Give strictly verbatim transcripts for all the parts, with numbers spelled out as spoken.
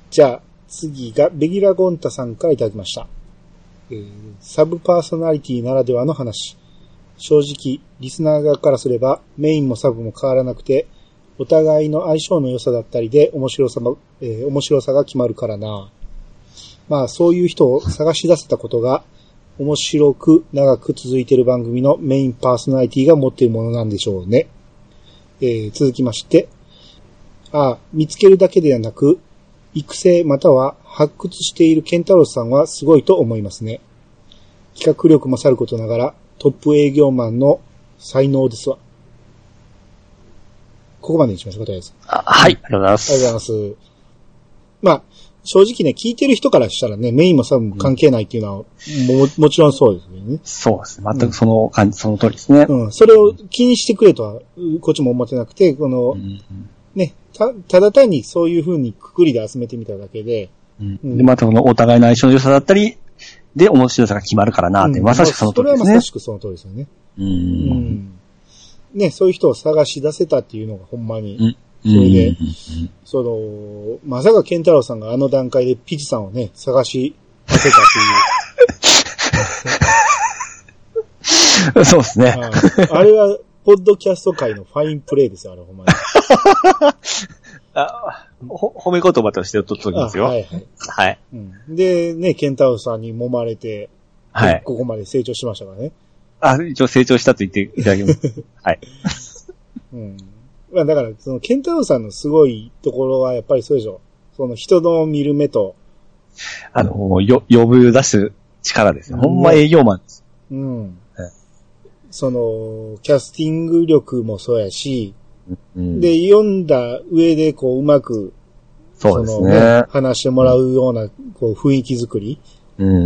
じゃあ、次が、ベギラゴンタさんからいただきました。えー、サブパーソナリティならではの話。正直、リスナー側からすれば、メインもサブも変わらなくて、お互いの相性の良さだったりで、面白さも、えー、面白さが決まるからな。まあ、そういう人を探し出せたことが、面白く長く続いている番組のメインパーソナリティが持っているものなんでしょうね。えー、続きまして、ああ、見つけるだけではなく、育成または発掘しているケンタロスさんはすごいと思いますね。企画力もさることながらトップ営業マンの才能ですわ。ここまでにしましょうか、とりあえず。 あ、はい、ありがとうございます。 ありがとうございます。まあ、正直ね、聞いてる人からしたらね、メインもサブも関係ないっていうのは、うん、も、もちろんそうですよね。 そうですね。全くその感じ、うん、その通りですね。 うん。それを気にしてくれとは、こっちも思ってなくて、この、うんうん、ね、た、ただ単にそういう風にくくりで集めてみただけで。 うんうん、で、またこのお互いの相性の良さだったり、で、面白さが決まるからなって、うん、まさしくその通りですね。 それはまさしくその通りですよね。うん。うん。ね、そういう人を探し出せたっていうのがほんまに。うんそれで、うん、その、まさかケンタロウさんがあの段階でピチさんをね、探し当てたっていう。そうですね。 あ, あれは、ポッドキャスト界のファインプレイですよ、あれほんまに。 あほ褒め言葉としておっときますよ。はいはい。はい、 うん。で、ね、ケンタロウさんに揉まれて、はい。ここまで成長しましたからね。 あ、一応成長したと言っていただきます。はい。 うんまあだから、その、ケンタロウさんのすごいところはやっぱりそうでしょ。その人の見る目と。 あの、よ、呼ぶ出す力ですよ。ほんま営業マンです。 うん。うん、その、キャスティング力もそうやし、うん、で、読んだ上でこう、うまく、 そうですね。 そのね話してもらうような、こう、雰囲気作り。うん。うん、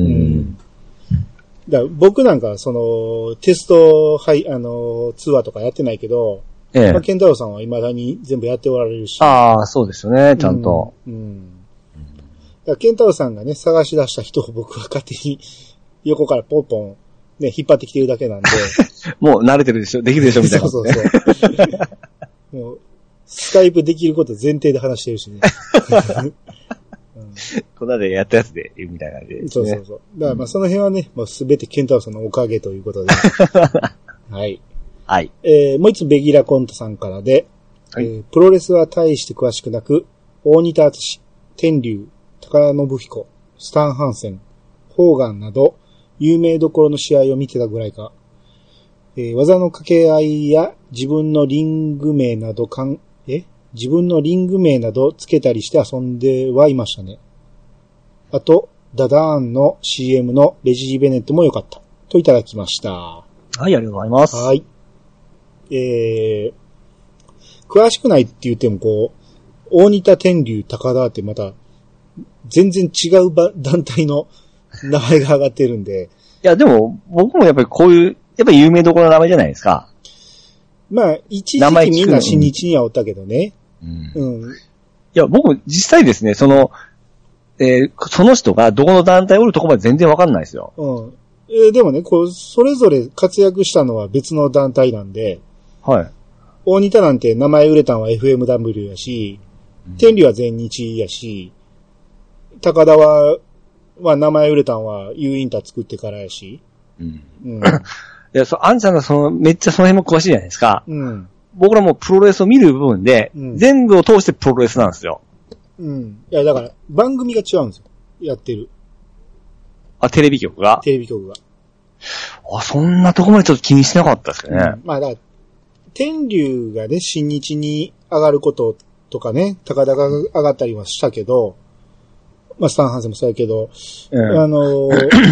だから僕なんか、その、テスト、はい、あの、ツアーとかやってないけど、ええ。まあ、ケンタロウさんは未だに全部やっておられるし。 ああ、そうですよね、ちゃんと。うん。うん、 だからケンタロウさんがね、探し出した人を僕は勝手に横からポンポン、ね、引っ張ってきてるだけなんで。 もう慣れてるでしょ、できるでしょ、みたいな、ね。そうそうそう。もう、スカイプできること前提で話してるしね。 うん、この間やったやつで、みたいな感じで、ね。 そうそうそう。だからまあその辺はね、もうすべてケンタロウさんのおかげということで。はい。 はい。 えー、もう一つベギラコントさんからで、はいえー、プロレスは大して詳しくなく、大仁田敦、天竜、高信彦、スタンハンセン、ホーガンなど、有名どころの試合を見てたぐらいか、えー、技の掛け合いや自分のリング名などかん、え自分のリング名などつけたりして遊んではいましたね。あと、ダダーンの シーエム のレジー・ベネットも良かった。といただきました。はい、ありがとうございます。 はい。えー、詳しくないって言ってもこう、大仁田天竜高田ってまた、全然違う団体の名前が上がってるんで。 いや、でも、僕もやっぱりこういう、やっぱり有名どころの名前じゃないですか。 まあ、一時期みんな新日にはおったけどね。うん。 うん、いや、僕も実際ですね、その、えー、その人がどこの団体おるとこまで全然わかんないですよ。 うん。えー、でもね、こう、それぞれ活躍したのは別の団体なんで。 はい。 大仁田なんて名前売れたのは エフエムダブリュー やし、うん、天竜は全日やし、高田は、まあ名前売れたのは U インター作ってからやし。うん。うん、いや、そう、アンちゃんがその、めっちゃその辺も詳しいじゃないですか。 うん。 僕らもプロレスを見る部分で、うん、全部を通してプロレスなんですよ。 うん。いや、だから、番組が違うんですよ。やってる。 あ、テレビ局がテレビ局が。 あ、そんなとこまでちょっと気にしなかったですね。うん、 まあ、だから、天竜がね、新日に上がることとかね、高田が上がったりはしたけど、まあ、スタンハンセンもそうやけど、うん、あの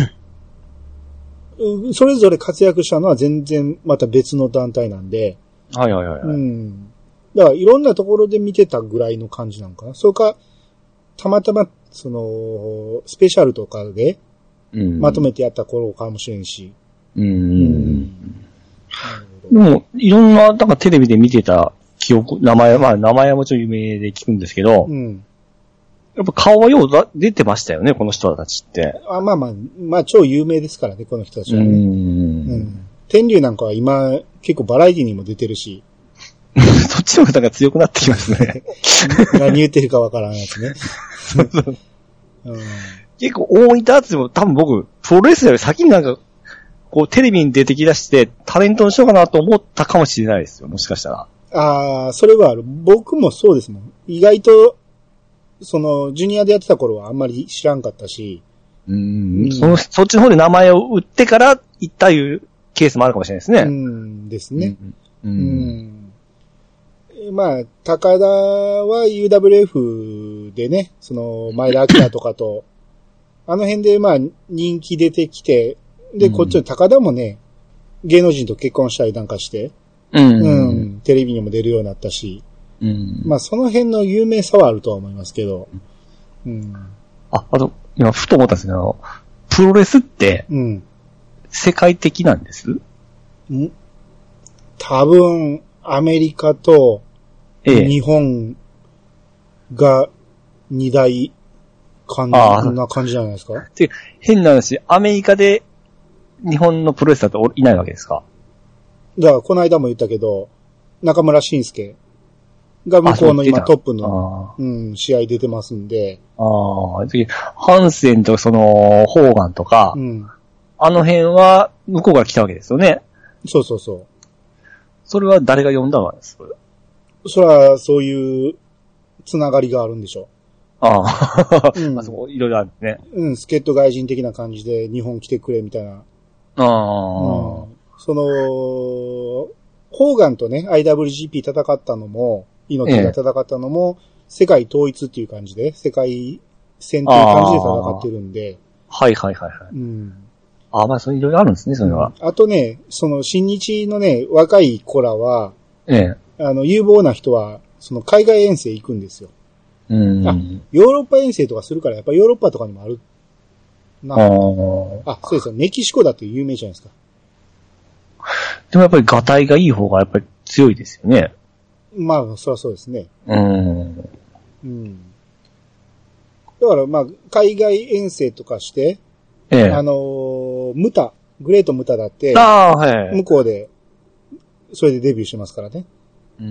ー、それぞれ活躍したのは全然また別の団体なんで、 はいはいはい、はい。 うん。だからいろんなところで見てたぐらいの感じなのかな。それか、たまたま、その、スペシャルとかで、まとめてやった頃かもしれんし。 うん。うんでも、いろんな、なんかテレビで見てた記憶、名前、まあ名前はもちろん有名で聞くんですけど、うん、やっぱ顔はよう出てましたよね、この人たちって。 あまあまあ、まあ超有名ですからね、この人たちはね。うん、うん。天竜なんかは今、結構バラエティにも出てるし。 そっちの方が強くなってきますね。 何言ってるかわからんやつね。 そうそう。うん、結構大分っても多分僕、プロレスより先になんか、こうテレビに出てきだしてタレントにしようかなと思ったかもしれないですよ、もしかしたら。 ああ、それはある。僕もそうですもん。意外と、その、ジュニアでやってた頃はあんまり知らんかったし。 うん、うん、その、そっちの方で名前を売ってから行ったいうケースもあるかもしれないですね。 うん、ですね。 うん。うんうん、まあ、高田は ユーダブリューエフ でね、その、前田明とかと、あの辺でまあ、人気出てきて、で、こっちの高田もね、芸能人と結婚したりなんかして、うん、うん。テレビにも出るようになったし、うん、まあその辺の有名さはあるとは思いますけど、うん。 あ、あと、今ふと思ったんですけど、プロレスって、うん。世界的なんです？ ん多分、アメリカと、日本が二大感じ、そんな感じじゃないですか？ て変な話、アメリカで日本のプロレスだといないわけですか？ だから、この間も言ったけど、中村慎介が向こうの今トップの、うん、試合出てますんで。 ああ、次、ハンセンとその、ホーガンとか、うん、あの辺は向こうから来たわけですよね。 そうそうそう。 それは誰が呼んだわけですか？ それは、そういうつながりがあるんでしょう。 ああ、うん、あそう、いろいろあるね。 うん、助っ人外人的な感じで日本来てくれみたいな。ああ。うんその、ホーガンとね、アイダブリュージーピー 戦ったのも、猪木が戦ったのも、ええ、世界統一っていう感じで、世界戦っていう感じで戦ってるんで。 はいはいはいはい。うん。ああ、まあそういろいろあるんですね、それは。 うん、あとね、その新日のね、若い子らは、ええ。あの、有望な人は、その海外遠征行くんですよ。うん。あ、ヨーロッパ遠征とかするから、やっぱりヨーロッパとかにもある。なあ。あ、そうですよ。メキシコだって有名じゃないですか。 でもやっぱりガタイがいい方がやっぱり強いですよね。 まあ、そりゃそうですね。うん。うん。だからまあ、海外遠征とかして、ええ、あのー、ムタ、グレートムタだって、ああ、はい。向こうで、それでデビューしてますからね。うん。うん。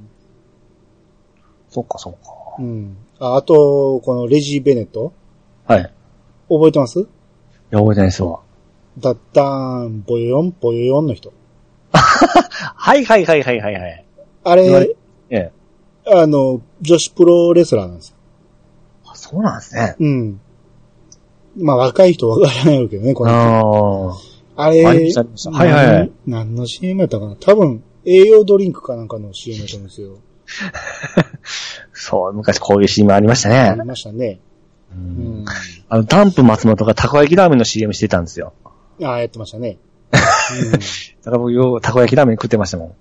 そっかそっか。 うん。あ、あと、このレジー・ベネット。はい。覚えてます？いや、覚えてないですわ。 ダッダーン、ボヨヨン、ボヨヨンの人。 はいはいはいはいはいはい。 あれ、ええ、あの、女子プロレスラーなんですよ。 あ、そうなんですね。 うん。まあ若い人わからないけどね、この人。あれ、はいはいはい。何の シーエム やったかな？多分、栄養ドリンクかなんかの シーエム やったんですよ。 そう、昔こういう シーエム ありましたね。 ありましたね。 うん。あの、ダンプ松本がたこ焼きラーメンの シーエム してたんですよ。 ああ、やってましたね。 うん、だから僕、よう、たこ焼きラーメン食ってましたもん。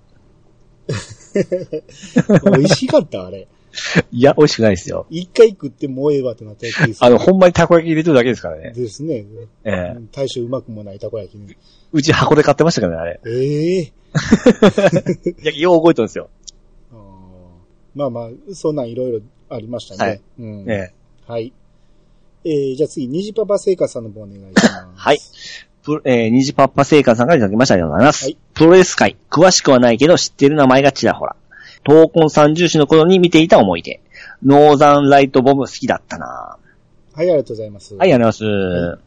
美味しかった、あれ。 いや、美味しくないですよ。 一回食ってもうええわってなったやつです。 あの、ほんまにたこ焼き入れてるだけですからね。 ですね。ええー。大してうまくもないたこ焼きに。 うち箱で買ってましたからね、あれ。ええー。いや、よう覚えてるんですよ。 あまあまあ、そんなんいろいろありましたね。はい。うん。ええー。はい。えー、じゃあ次、虹パパ生活さんの方お願いします。 はい。えー、虹パパ生活さんからいただきました。ありがとうございます。はい。プロレス界、詳しくはないけど知ってる名前がちらほら。闘魂三重士の頃に見ていた思い出。ノーザンライトボム好きだったな。 はい、ありがとうございます。 はい、ありがとうございます。はい、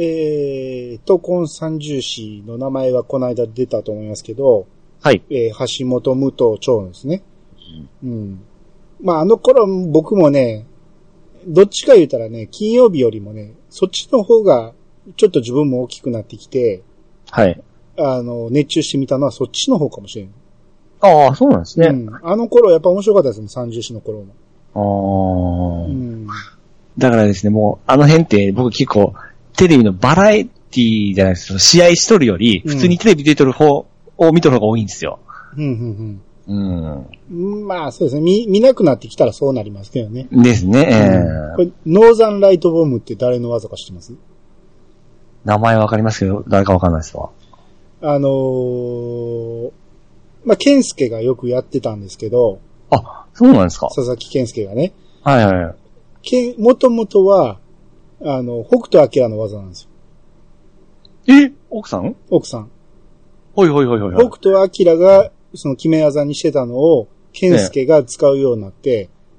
えー、闘魂三重士の名前はこの間出たと思いますけど、はい。えー、橋本武藤長ですね。うん。うん。まあ、あの頃僕もね、どっちか言うたらね、金曜日よりもね、そっちの方が、ちょっと自分も大きくなってきて、はい。あの、熱中してみたのはそっちの方かもしれん。 ああ、そうなんですね。うん。あの頃やっぱ面白かったですね、三重士の頃も。 ああ。うん。だからですね、もう、あの辺って僕結構、テレビのバラエティじゃないですけど、試合しとるより、普通にテレビ出とる方を見とる方が多いんですよ。うん、うん、 うん。うん。まあ、そうですね。見、見なくなってきたらそうなりますけどね。 ですね。えー、 これ、ノーザンライトボムって誰の技か知ってます？ 名前わかりますけど、誰かわかんないですわ。 あのー、まあ、ケンスケがよくやってたんですけど。 あ、そうなんですか？ 佐々木健介がね。 はいはい。 けん、もともとは、あの、北斗晶の技なんですよ。え？奥さん？ 奥さん。 ほいほいほいほい。 北斗晶が、その決め技にしてたのを、健介が使うようになって、ね、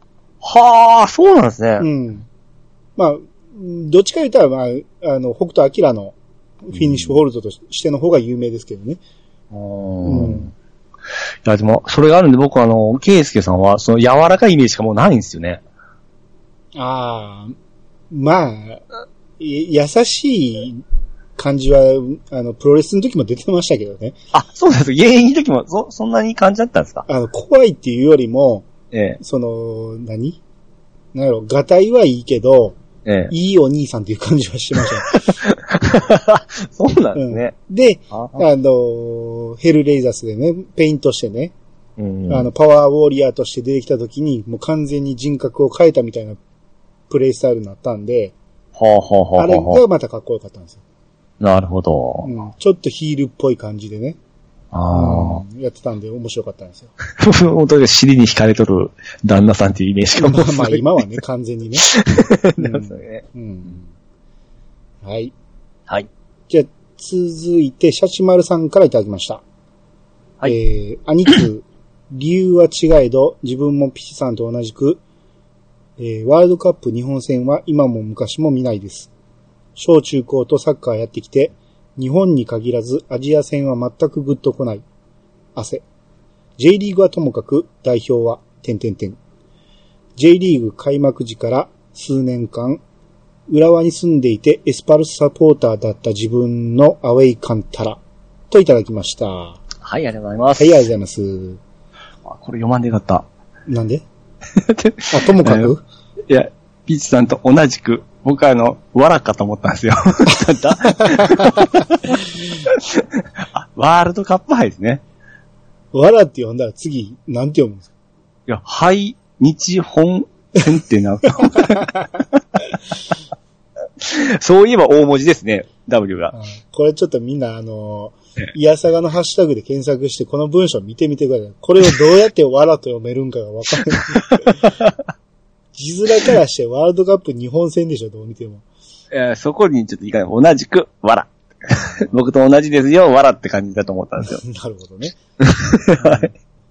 はあ、そうなんですね。 うん。まあ、どっちか言ったら、まあ、あの、北斗晶のフィニッシュホールドとしての方が有名ですけどね。 うん。うん、いや、でも、それがあるんで僕はあの、ケイスケさんは、その柔らかいイメージしかもうないんですよね。 ああ、まあ、優しい感じは、あの、プロレスの時も出てましたけどね。 あ、そうなんです。現役の時もそ、そんなに感じだったんですか？ あの、怖いっていうよりも、 ええ、 その、何なんやろ、ガタイはいいけど、ええ、いいお兄さんっていう感じはしてました。 そうなんですね。 うん、で、あの、ヘルレイザスでね、ペイントしてね、うん、あの、パワーウォリアーとして出てきた時に、もう完全に人格を変えたみたいなプレイスタイルになったんで、はあはあはあ、あれがまたかっこよかったんですよ。 なるほど、 うん。ちょっとヒールっぽい感じでね。あうん、やってたんで面白かったんですよ。 本当に尻に惹かれとる旦那さんっていうイメージがまあまあ今はね、完全にね。 なんですね、 うんうん。はい。 はい。 じゃあ、続いて、シャチマルさんからいただきました。はい。えー、兄貴、理由は違えど、自分もピチさんと同じく、えー、ワールドカップ日本戦は今も昔も見ないです。小中高とサッカーやってきて、日本に限らずアジア戦は全くグッとこない。汗。J リーグはともかく代表は、点々点。J リーグ開幕時から数年間、浦和に住んでいてエスパルスサポーターだった自分のアウェイ感たら、といただきました。はい、 ありがとうございます。 はい、ありがとうございます。 あ、これ読まんでよかった。 なんであ、ともかくいや、ピーチさんと同じく、僕はあの、わらかと思ったんですよ。あ、ワールドカップ杯ですね。 わらって呼んだら次、なんて読むんですか？ いや、杯、日本戦ってな。そういえば大文字ですね、W が。 これちょっとみんなあの、いやさがのハッシュタグで検索してこの文章見てみてください。これをどうやってわらと読めるんかがわかんない。字面からしてワールドカップ日本戦でしょ、どう見ても。 いや、そこにちょっといかない。同じく、わら。僕と同じですよ、わらって感じだと思ったんですよ。 なるほどね。はい。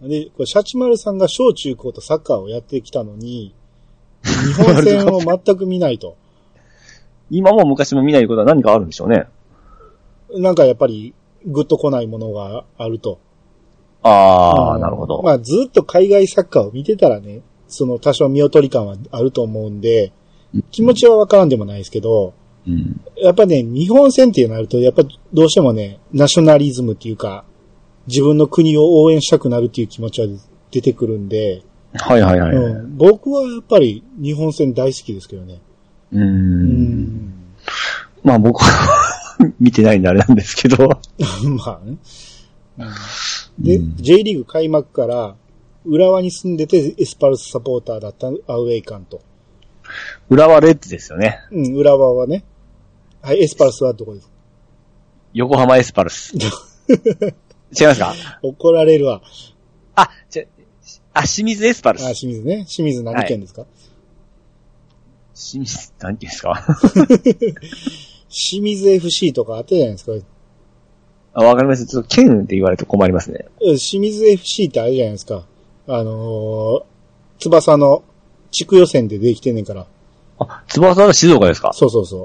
で、これ、シャチマルさんが小中高とサッカーをやってきたのに、日本戦を全く見ないと。 今も昔も見ないことは何かあるんでしょうね。 なんかやっぱり、グッと来ないものがあると。 ああ、うん、なるほど。 まあ、ずっと海外サッカーを見てたらね、その多少見劣り感はあると思うんで、気持ちはわからんでもないですけど、うん、やっぱね、日本戦ってなると、やっぱどうしてもね、ナショナリズムっていうか、自分の国を応援したくなるっていう気持ちは出てくるんで、 はいはいはい、 うん。僕はやっぱり日本戦大好きですけどね。 うーん。うんまあ僕は見てないんであれなんですけど。まあね。 うん、で、うん、J リーグ開幕から、浦和に住んでてエスパルスサポーターだったアウェイ感と。 浦和レッズですよね。 うん、浦和はね。はい、エスパルスはどこですか？ 横浜エスパルス。違いますか？ 怒られるわ。 あ、じゃ、あ、清水エスパルス。 あ、清水ね。清水何県ですか？はい、 清水、何県ですか？ 清水 エフシー とかあったじゃないですか。 あ、わかります。ちょっと県って言われると困りますね。 清水 エフシー ってあれじゃないですか。あのー、翼の地区予選でできてんねんから。 あ、翼は静岡ですか？ そうそうそう。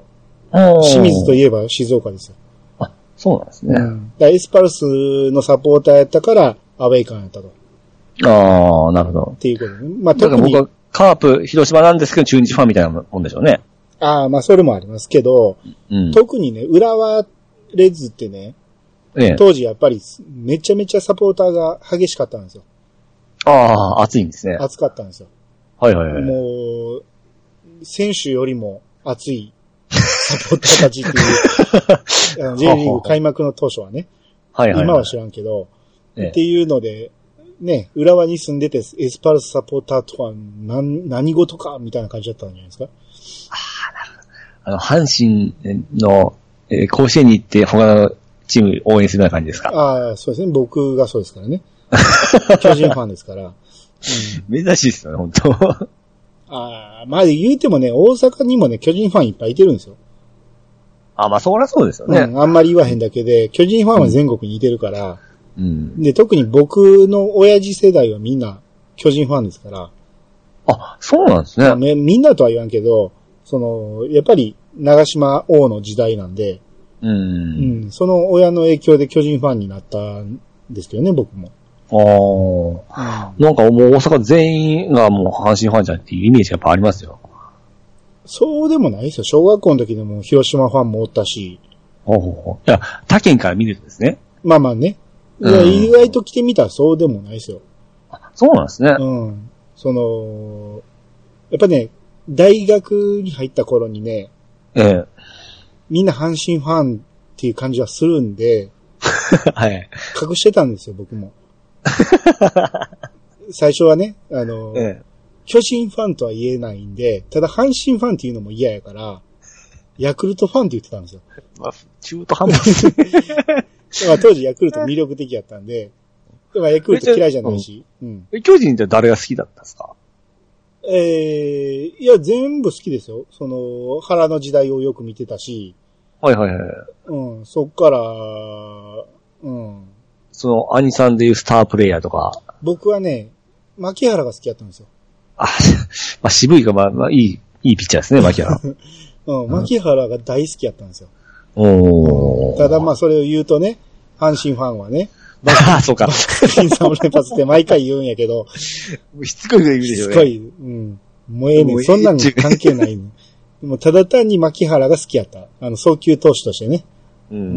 清水といえば静岡ですよ。 あ、そうなんですね。うん、 だエスパルスのサポーターやったからアウェイ感やったと。 ああ、なるほど。 っていうことね。まあ、 特に。僕はカープ、広島なんですけど、中日ファンみたいなもんでしょうね。 ああ、まあ、それもありますけど、うん、特にね、浦和レッズってね、ええ、当時やっぱりめちゃめちゃサポーターが激しかったんですよ。 ああ、熱いんですね。 熱かったんですよ。 はいはいはい。 もう、選手よりも熱いサポーターたちっていう、J リーグ開幕の当初はね。はいはいはい、今は知らんけど、ええ、っていうので、ね、浦和に住んでてエスパルスサポーターとは何、何事かみたいな感じだったんじゃないですか。 ああ、なるほど。あの、阪神の、えー、甲子園に行って他のチーム応援するような感じですか？ ああ、そうですね。僕がそうですからね。巨人ファンですから。 うん、珍しいですよね、本当。 ああ、まあ言うてもね、大阪にもね、巨人ファンいっぱいいてるんですよ。 あ、まあそりゃそうですよね、 うん。あんまり言わへんだけで、巨人ファンは全国にいてるから、うん、で、特に僕の親父世代はみんな巨人ファンですから。 あ、そうなんですね。 まあ、みんなとは言わんけど、その、やっぱり長島王の時代なんで、 うん、 うん。その親の影響で巨人ファンになったんですけどね、僕も。 ああ、うん。なんかもう大阪全員がもう阪神ファンじゃんっていうイメージがやっぱありますよ。 そうでもないですよ。小学校の時でも広島ファンもおったし。 ほうほうほう。いや、他県から見るとですね。 まあまあね。いや、うん、意外と来てみたらそうでもないですよ。 あ、そうなんですね。 うん。その、やっぱね、大学に入った頃にね、 ええ。 みんな阪神ファンっていう感じはするんで、 はい。 隠してたんですよ、僕も。最初はね、あの、ええ、巨人ファンとは言えないんで、ただ阪神ファンっていうのも嫌やから、ヤクルトファンって言ってたんですよ。 まあ、中途半端ですね。 まあ当時ヤクルト魅力的やったんで、まあヤクルト嫌いじゃないし。うん。 巨人って誰が好きだったんですか？ ええー、いや、全部好きですよ。その、原の時代をよく見てたし。 はいはいはい。 うん、そっから、うん。 その、兄さんでいうスタープレイヤーとか。 僕はね、牧原が好きだったんですよ。 あ、まあ渋いか、まあ、まあ、いい、いいピッチャーですね、牧原。 うん、牧原が大好きやったんですよ。 おー。 ただまあそれを言うとね、阪神ファンはね、 ああ、そうか。 新さん連発って毎回言うんやけど。 しつこい言うでしょうね。 しつこい。うん。もうええねん。そんなの関係ないねん。でもただ単に牧原が好きやった。あの、早球投手としてね。 うん。うん、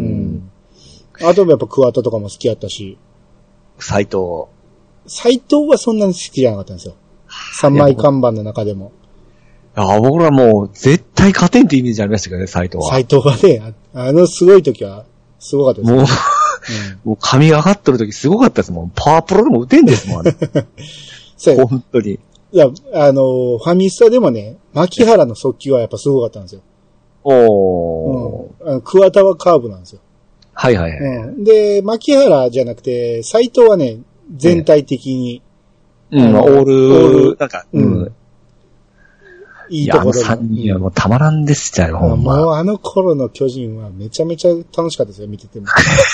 あとやっぱ桑田とかも好きやったし。 斉藤。 斉藤はそんなに好きじゃなかったんですよ。三枚看板の中でも。 ああ、僕らもう絶対勝てんってイメージありましたけどね、斉藤は。 斉藤はね、あのすごい時はすごかったです、ね。 もう、うん、もう髪が上がっとる時すごかったですもん。パワープロでも打てんですもん、あれ。そうや。本当に。 いや、あの、ファミスタでもね、牧原の速球はやっぱすごかったんですよ。 おー。 うん。あの桑田はカーブなんですよ。 はいはいはい。 うん。で、牧原じゃなくて、斉藤はね、全体的に。 うん、オール、オール、なんか、うん。 いいところいや、あのさんにんはもうたまらんですよ、ほんま。 もうあの頃の巨人はめちゃめちゃ楽しかったですよ、見てても。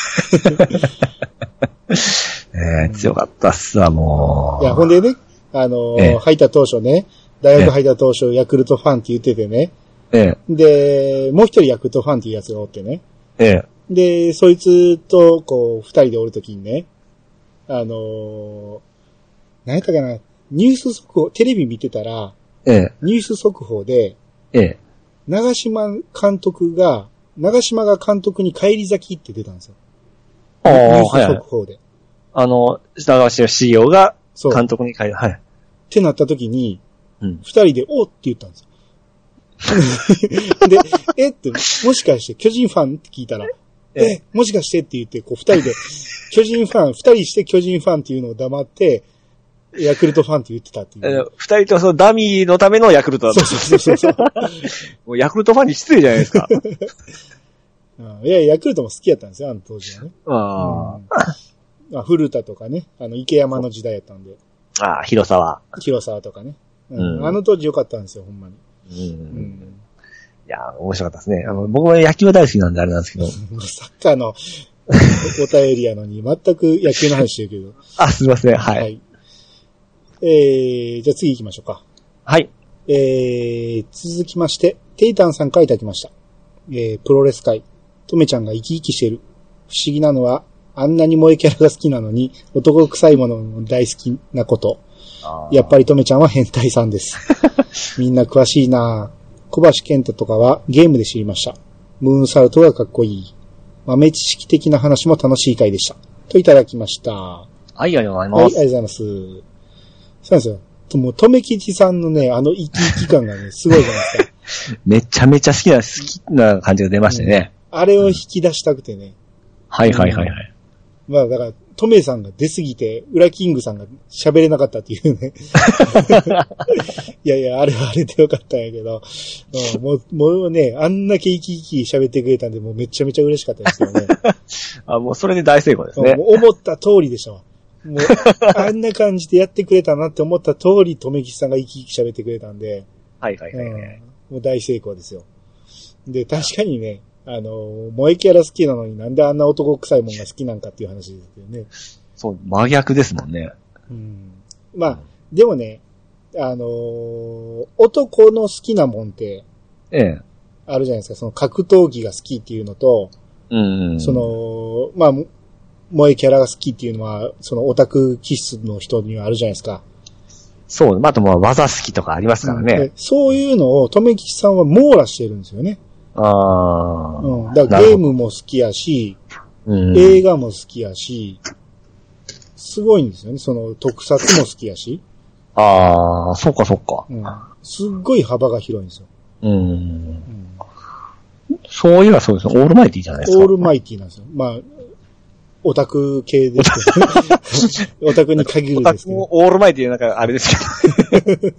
えー、強かったっすわ、もう。 いや、ほんでね、あのーええ、入った当初ね、大学入った当初、ヤクルトファンって言っててね。ええ。で、もう一人ヤクルトファンっていうやつがおってね。ええ。で、そいつと、こう、二人でおるときにね、あのー、何やったかな、ニュース速報、テレビ見てたら、ええ。ニュース速報で、ええ。長島監督が、長島が監督に返り咲きって出たんですよ。ああ、ニュース速報で。はいはい、あの、長島茂雄が監督に返り、はい。 ってなった時に、うん、二人で、おーって言ったんですよ。で、えって、もしかして巨人ファンって聞いたら、え、えもしかしてって言って、こう二人で、巨人ファン、二人して巨人ファンっていうのを黙って、ヤクルトファンって言ってたっていう。 二人とそのダミーのためのヤクルトだった。 そうそうそうそう。 もうヤクルトファンに失礼じゃないですか。 いや、ヤクルトも好きやったんですよ、あの当時はね。 あ、 うん、あ。古田とかね、あの池山の時代やったんで。 ああ、広沢。 広沢とかね、うんうん。あの当時良かったんですよ、ほんまに。うんうん、 いや、面白かったですね。あの僕は野球は大好きなんであれなんですけど。サッカーのお便りやのに全く野球の話してるけど。 あ、すみません、はい。はいえー、じゃあ次行きましょうか。 はい。 えー、続きまして、テイタンさんからいただきました。えー、プロレス界。トメちゃんが生き生きしてる。不思議なのは、あんなに萌えキャラが好きなのに、男臭いものも大好きなこと。やっぱりトメちゃんは変態さんです。みんな詳しいなぁ。小橋健太とかはゲームで知りました。ムーンサルトがかっこいい。豆知識的な話も楽しい回でした。といただきました。はい、 ありがとうございます。 はい、ありがとうございます。そうなんですよ。もう、とめきちさんのね、あの生き生き感がね、すごいじゃないですか。 めちゃめちゃ好きな、好きな感じが出ましたね。 うん、あれを引き出したくてね。 はいはいはいはい。 まあ、だから、トメさんが出すぎて、ウラキングさんが喋れなかったっていうね。いやいや、あれはあれでよかったんやけど、うん、もう、もうね、あんだけ生き生き喋ってくれたんで、もうめちゃめちゃ嬉しかったですよね。 あ、もうそれで大成功ですね。 もう思った通りでしたわ。もう、あんな感じでやってくれたなって思った通り、とめきちさんが生き生き喋ってくれたんで。 はいはいはい、はいうん。 もう大成功ですよ。で、確かにね、あの、萌えキャラ好きなのになんであんな男臭いもんが好きなんかっていう話ですよね。 そう、真逆ですもんね。 うん。まあ、でもね、 あのー、男の好きなもんって、 ええ。 あるじゃないですか。その格闘技が好きっていうのと、 うん。 その、まあ、萌えキャラが好きっていうのは、そのオタク気質の人にはあるじゃないですか。 そう、まあ、あとまあ技好きとかありますからね。 うん、そういうのを、とめきちさんは網羅してるんですよね。 ああ。 うん。だからゲームも好きやし、うん、映画も好きやし、すごいんですよね。その特撮も好きやし。 ああ、そっかそっか。 うん。すっごい幅が広いんですよ。 うん。うん、そういえばそうですね。オールマイティじゃないですか。 オールマイティなんですよ。まあ、オタク系ですけど。オタクに限るんですけど。 オタクもオールマイティなんかあれですけど。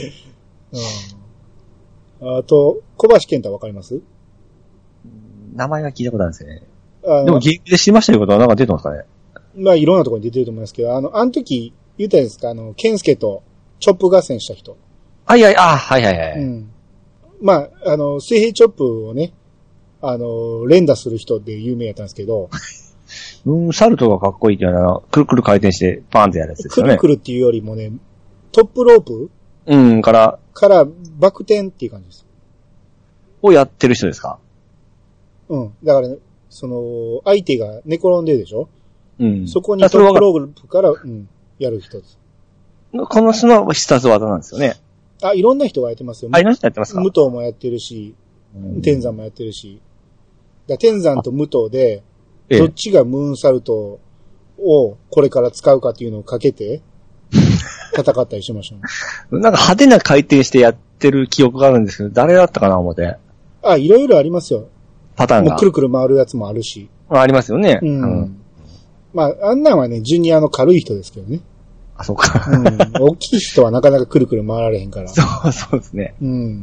うん、あと、小橋健太わかります？ 名前は聞いたことあるんですよね。でもゲームで知りましたいうことはなんか出てますかね？ まあいろんなところに出てると思いますけど、あの、あの時言ったんですか、あの、ケンスケとチョップ合戦した人。 はいはい、あ、はいはいはい。うん。 まあ、あの、水平チョップをね、あの、連打する人で有名やったんですけど。 うん、サルトがかっこいいっていうのは、くるくる回転してパーンってやるやつですよね。 くるくるっていうよりもね、トップロープうん、から、 からバク転っていう感じです。 をやってる人ですか？ うん。だからね、その、相手が寝転んでるでしょ？うん。そこにトップロープから、うん、やる人です。 この人の必殺技なんですよね。 あ、いろんな人がやってますよね。 あ、いろんな人やってますか？ 武藤もやってるし、天山もやってるし。だ天山と武藤で、どっちがムーンサルトをこれから使うかっていうのをかけて、戦ったりしましたね。 なんか派手な回転してやってる記憶があるんですけど、誰だったかな思って。 あ、いろいろありますよ。 パターンが。 もうくるくる回るやつもあるし。 ありますよね。 うん。うん、まあ、あんなんはね、ジュニアの軽い人ですけどね。 あ、そうか。 うん。大きい人はなかなかくるくる回られへんから。 そう、そうですね。 うん。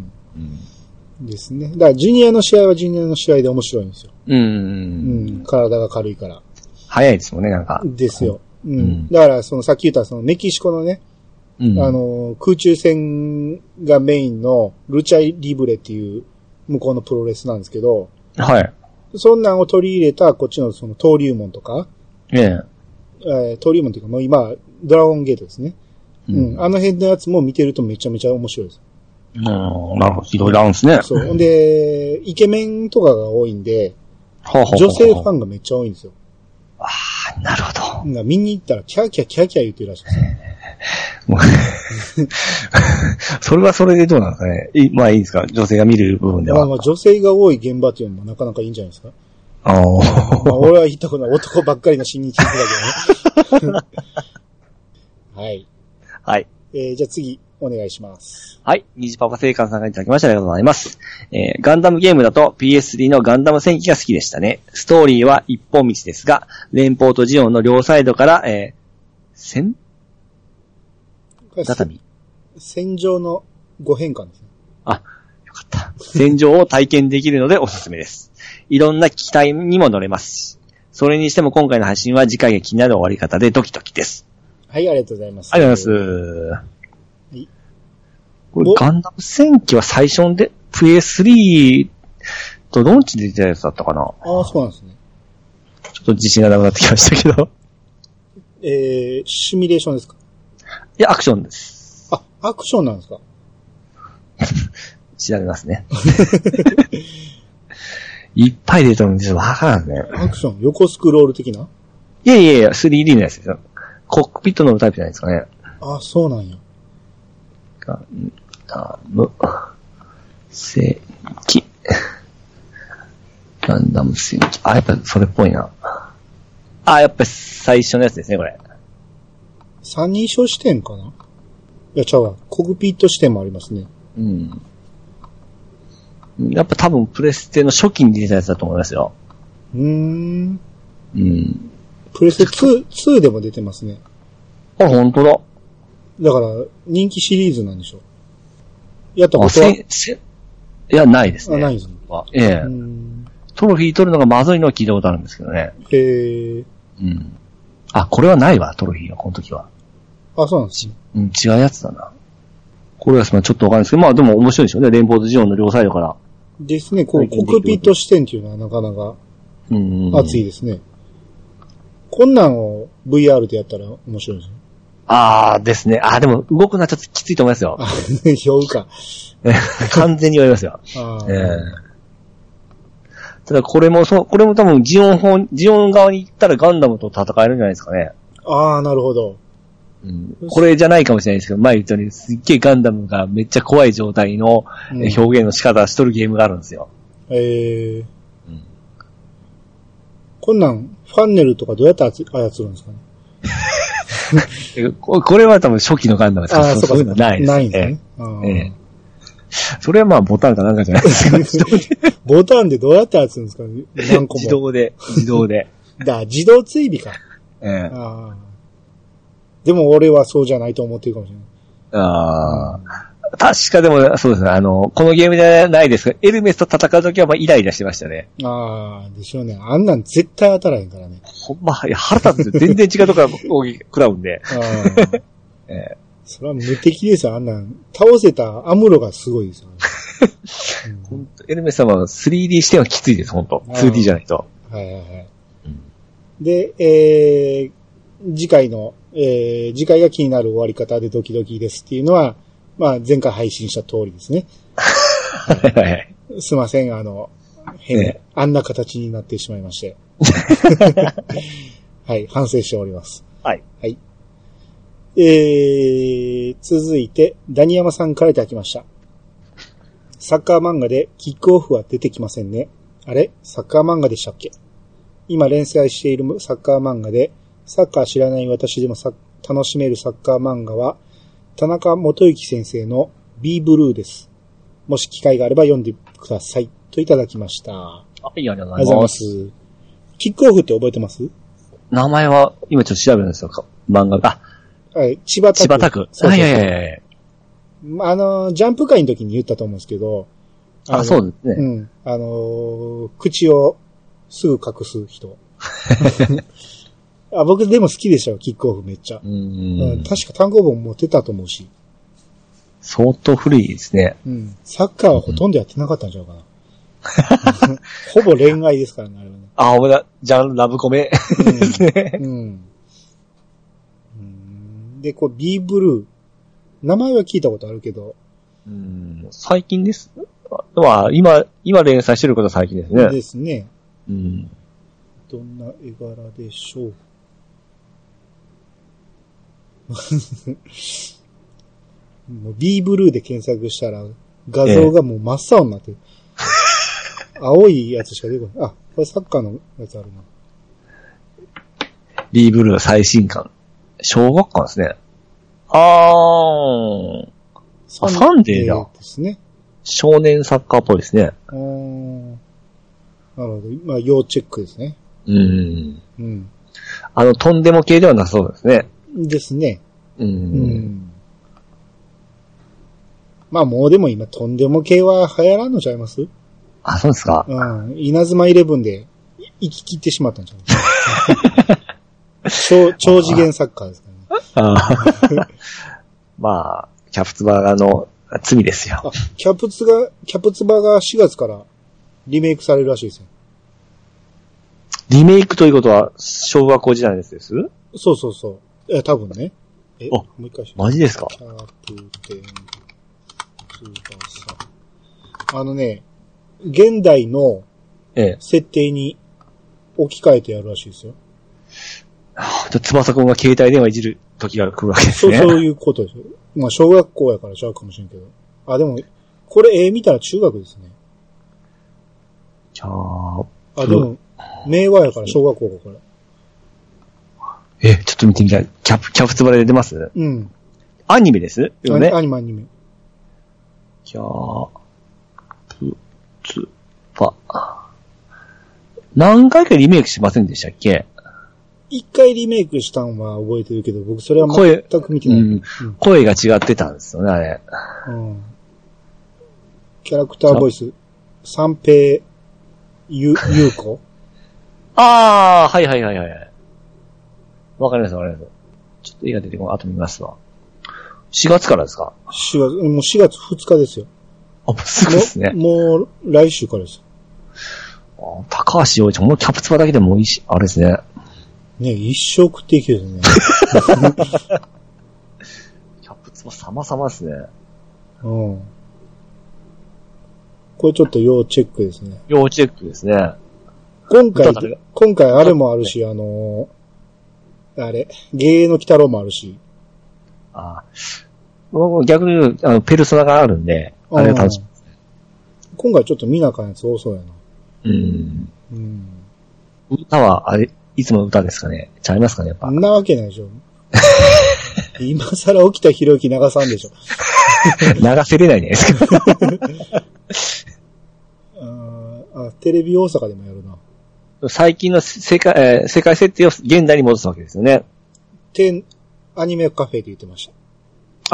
うん、ですね。だから、ジュニアの試合はジュニアの試合で面白いんですよ。うん。うん。体が軽いから。 早いですもんね、なんか。 ですよ。うん。うん、だから、その、さっき言ったそのメキシコのね、うん、あの、空中戦がメインのルチャリブレっていう向こうのプロレスなんですけど、 はい。 そんなんを取り入れたこっちのその登竜門とか、 ええ。 えー、登竜門っていうかもう今、ドラゴンゲートですね。うん。うん、あの辺のやつも見てるとめちゃめちゃ面白いです。 うん、なるほど。いろいろあるんですね。 そう。で、イケメンとかが多いんで、はあはあ、女性ファンがめっちゃ多いんですよ。 ああ、なるほど。 見に行ったらキャーキャーキャーキャー言ってるらしいですね。 もうそれはそれでどうなんですかね。いまあいいですか、女性が見る部分では。 まあまあ女性が多い現場っていうのもなかなかいいんじゃないですか。 ああ。 まあ俺は言ったことない。男ばっかりの新日だけどね。はい。 はい。 えー、じゃあ次、お願いします。 はい。ニジパパ聖館さんがいただきました。ありがとうございます。えー、ガンダムゲームだと ピーエススリー のガンダム戦記が好きでしたね。ストーリーは一本道ですが、連邦とジオンの両サイドから、えー、戦畳戦場のご変換ですね。 あ、よかった。戦場を体験できるのでおすすめです。いろんな機体にも乗れますし。それにしても今回の配信は次回が気になる終わり方でドキドキです。 はい、ありがとうございます。 ありがとうございます。はい。これガンダム戦記は最初で ピーエススリー とローンチで出たやつだったかな。 ああ、そうなんですね。 ちょっと自信がなくなってきましたけど。 えー、シミュレーションですか？ いや、アクションです。 あ、アクションなんですか？ 調べますね。いっぱい出てるんですよ。わからんね。 アクション、横スクロール的な？ いやいやいや、スリーディー のやつですよ。コックピットのタイプじゃないですかね。 あ、そうなんや。 ガンダム、戦記。ガンダム戦記。あ、やっぱそれっぽいな。あ、やっぱ最初のやつですね、これ。 三人称視点かな？いや、ちゃうわ。コックピット視点もありますね。 うん。やっぱ多分プレステの初期に出たやつだと思いますよ。 うーん。 うん。 プレステツー、ツーでも出てますね。 あ、ほんとだ。 だから、人気シリーズなんでしょう。やったことは？せ、 せ、いや、ないですね。 あ、ないですね。 ええ。トロフィー取るのがまずいのは聞いたことあるんですけどね。 へえ。 うん。あ、これはないわ、トロフィーは、この時は。 あ、そうなんですね。 うん、違うやつだな。これはちょっとわかんないですけど、まあでも面白いでしょうね。連邦とジオンの両サイドから。 ですね、こう、コックピット視点っていうのはなかなか、うん、熱いですね。こんなんを ブイアール でやったら面白いですね。 あーですね。あーでも動くのはちょっときついと思いますよ。 酔うか。 完全に酔いますよ。 あえー、ただこれもそう、これも多分ジオン方、ジオン側に行ったらガンダムと戦えるんじゃないですかね。 ああ、なるほど。 うん、これじゃないかもしれないですけど、前言ったようにすっげえガンダムがめっちゃ怖い状態の表現の仕方しとるゲームがあるんですよ。 うん、えーうん、こんなんファンネルとかどうやって操るんですかねこれは多分初期のガンダムですから、そういうのないです。 ないんですね。 ええ、それはまあボタンかなんかじゃないですか。 ボタンでどうやって操るんですかね、何個も。 自動で、自動で。 だ、自動追尾か。ええ、あでも俺はそうじゃないと思ってるかもしれない。 ああ、うん、確かでもそうですね。あの、このゲームじゃないですが、エルメスと戦うときはまあイライラしてましたね。 ああ、でしょうね。あんなん絶対当たらへんからね。 ほんま、いや腹立つんですよ。全然違うとこから攻撃食らうんで。あええ、それは無敵ですよ。あんなん倒せたアムロがすごいですよ、 ね。うん、エルメス様は スリーディー 視点はきついです、本当 ツーディー じゃないと。 はいはいはい。うん、で、えー、次回の、えー、次回が気になる終わり方でドキドキですっていうのは、まあ前回配信した通りですね。はいはいはい。すいません、あの、変、ね、あんな形になってしまいまして。はい、反省しております。 はい。 はい。えー、続いて、ダニヤマさんからいただきました。サッカー漫画でキックオフは出てきませんね。あれ？サッカー漫画でしたっけ？今連載しているサッカー漫画で、サッカー知らない私でもさ楽しめるサッカー漫画は、田中元幸先生の B ブルーです。もし機会があれば読んでください。といただきました。 はい、ありがとうございます。 キックオフって覚えてます？ 名前は、今ちょっと調べるんですよ。漫画が。 はい、千葉拓。 千葉拓。はいはいはいはい。 あの、ジャンプ会の時に言ったと思うんですけど。 あ、そうですね。 うん。あの、口をすぐ隠す人。あ、僕でも好きでしたよ、キックオフめっちゃ。うんうん、確か単行本持ってたと思うし。 相当古いですね。 うん。サッカーはほとんどやってなかったんちゃうかな。ほぼ恋愛ですからね、あれはね。 あ、ほんまだ。ジャンルラブコメですね。 うん。うんで、こう B ブルー。名前は聞いたことあるけど。 うん。最近です。まあ、今、今連載してることは最近ですね。 ですね。 うん。 どんな絵柄でしょう。もう B ブルーで検索したら画像がもう真っ青になってる。ええ、青いやつしか出てこない。あ、これサッカーのやつあるな。 B ブルー最新刊。小学館ですね。あー。サンサンデーだ。 ですね。 少年サッカーっぽいですね。 あー。なるほど。まあ、要チェックですね。 うん。 うん。 あの、とんでも系ではなさそうですね。 ですね。 うん。うん、 まあ、もうでも今、とんでも系は流行らんのちゃいます？ あ、そうですか。 うん。稲妻イレブンで生き切ってしまったんちゃう超、超次元サッカーですからね。 あまあ、キャプツバがの罪ですよ。 あ、キャプツが、キャプツバがしがつからリメイクされるらしいですよ。 リメイクということは、小学校時代のやつです？ そうそうそう。え、多分ね。え、 あ、 もう一回しマジですか？ キャプテン翼。あのね、現代の設定に置き換えてやるらしいですよ。 はあ、翼くんが携帯電話いじる時が来るわけですね。 そう、そういうことですよ。まあ、小学校やからちゃうかもしれんけど。あ、でも、これ絵見たら中学ですね。 じゃあ、 あ、でも、明和やから小学校か、これ。え、ちょっと見てみたい。キャプ、キャプツバで出ますうん。 アニメですよね。 アニメ、アニメ。 キャプツバ。何回かリメイクしませんでしたっけ？ 一回リメイクしたんは覚えてるけど、僕それは全く見てない。 声、うんうん、声が違ってたんですよね、あれ。 うん。キャラクターボイス、三平ゆ、ゆうこああ、はいはいはいはい。わかりますわかります。ちょっと絵が出てこない。あと見ますわ。しがつからですか？ しがつ、もうしがつふつかですよ。 あ、もうすぐですね。 もう、もう来週からですよ。高橋洋一、もうキャプツバだけでもいいし、あれですね。 ね、一生食っていけるね。 もう様々ですね。 うん。これちょっと要チェックですね。 要チェックですね。 今回、今回あれもあるし、あのー、あれ、芸の鬼太郎もあるし。 ああ。逆に言う、あの、ペルソナがあるんで、あれが楽しみですね。 今回ちょっと見なかんやつ多そうやな。 うん。 うん。 歌は、あれ、いつも歌ですかね？ちゃいますかね、やっぱ。 んなわけないでしょ。今更起きたひろゆき流さんでしょ。 流せれないじゃないですか。 あ、テレビ大阪でもやるな。 最近の世界、えー、世界設定を現代に戻すわけですよね。 てアニメカフェで言ってました。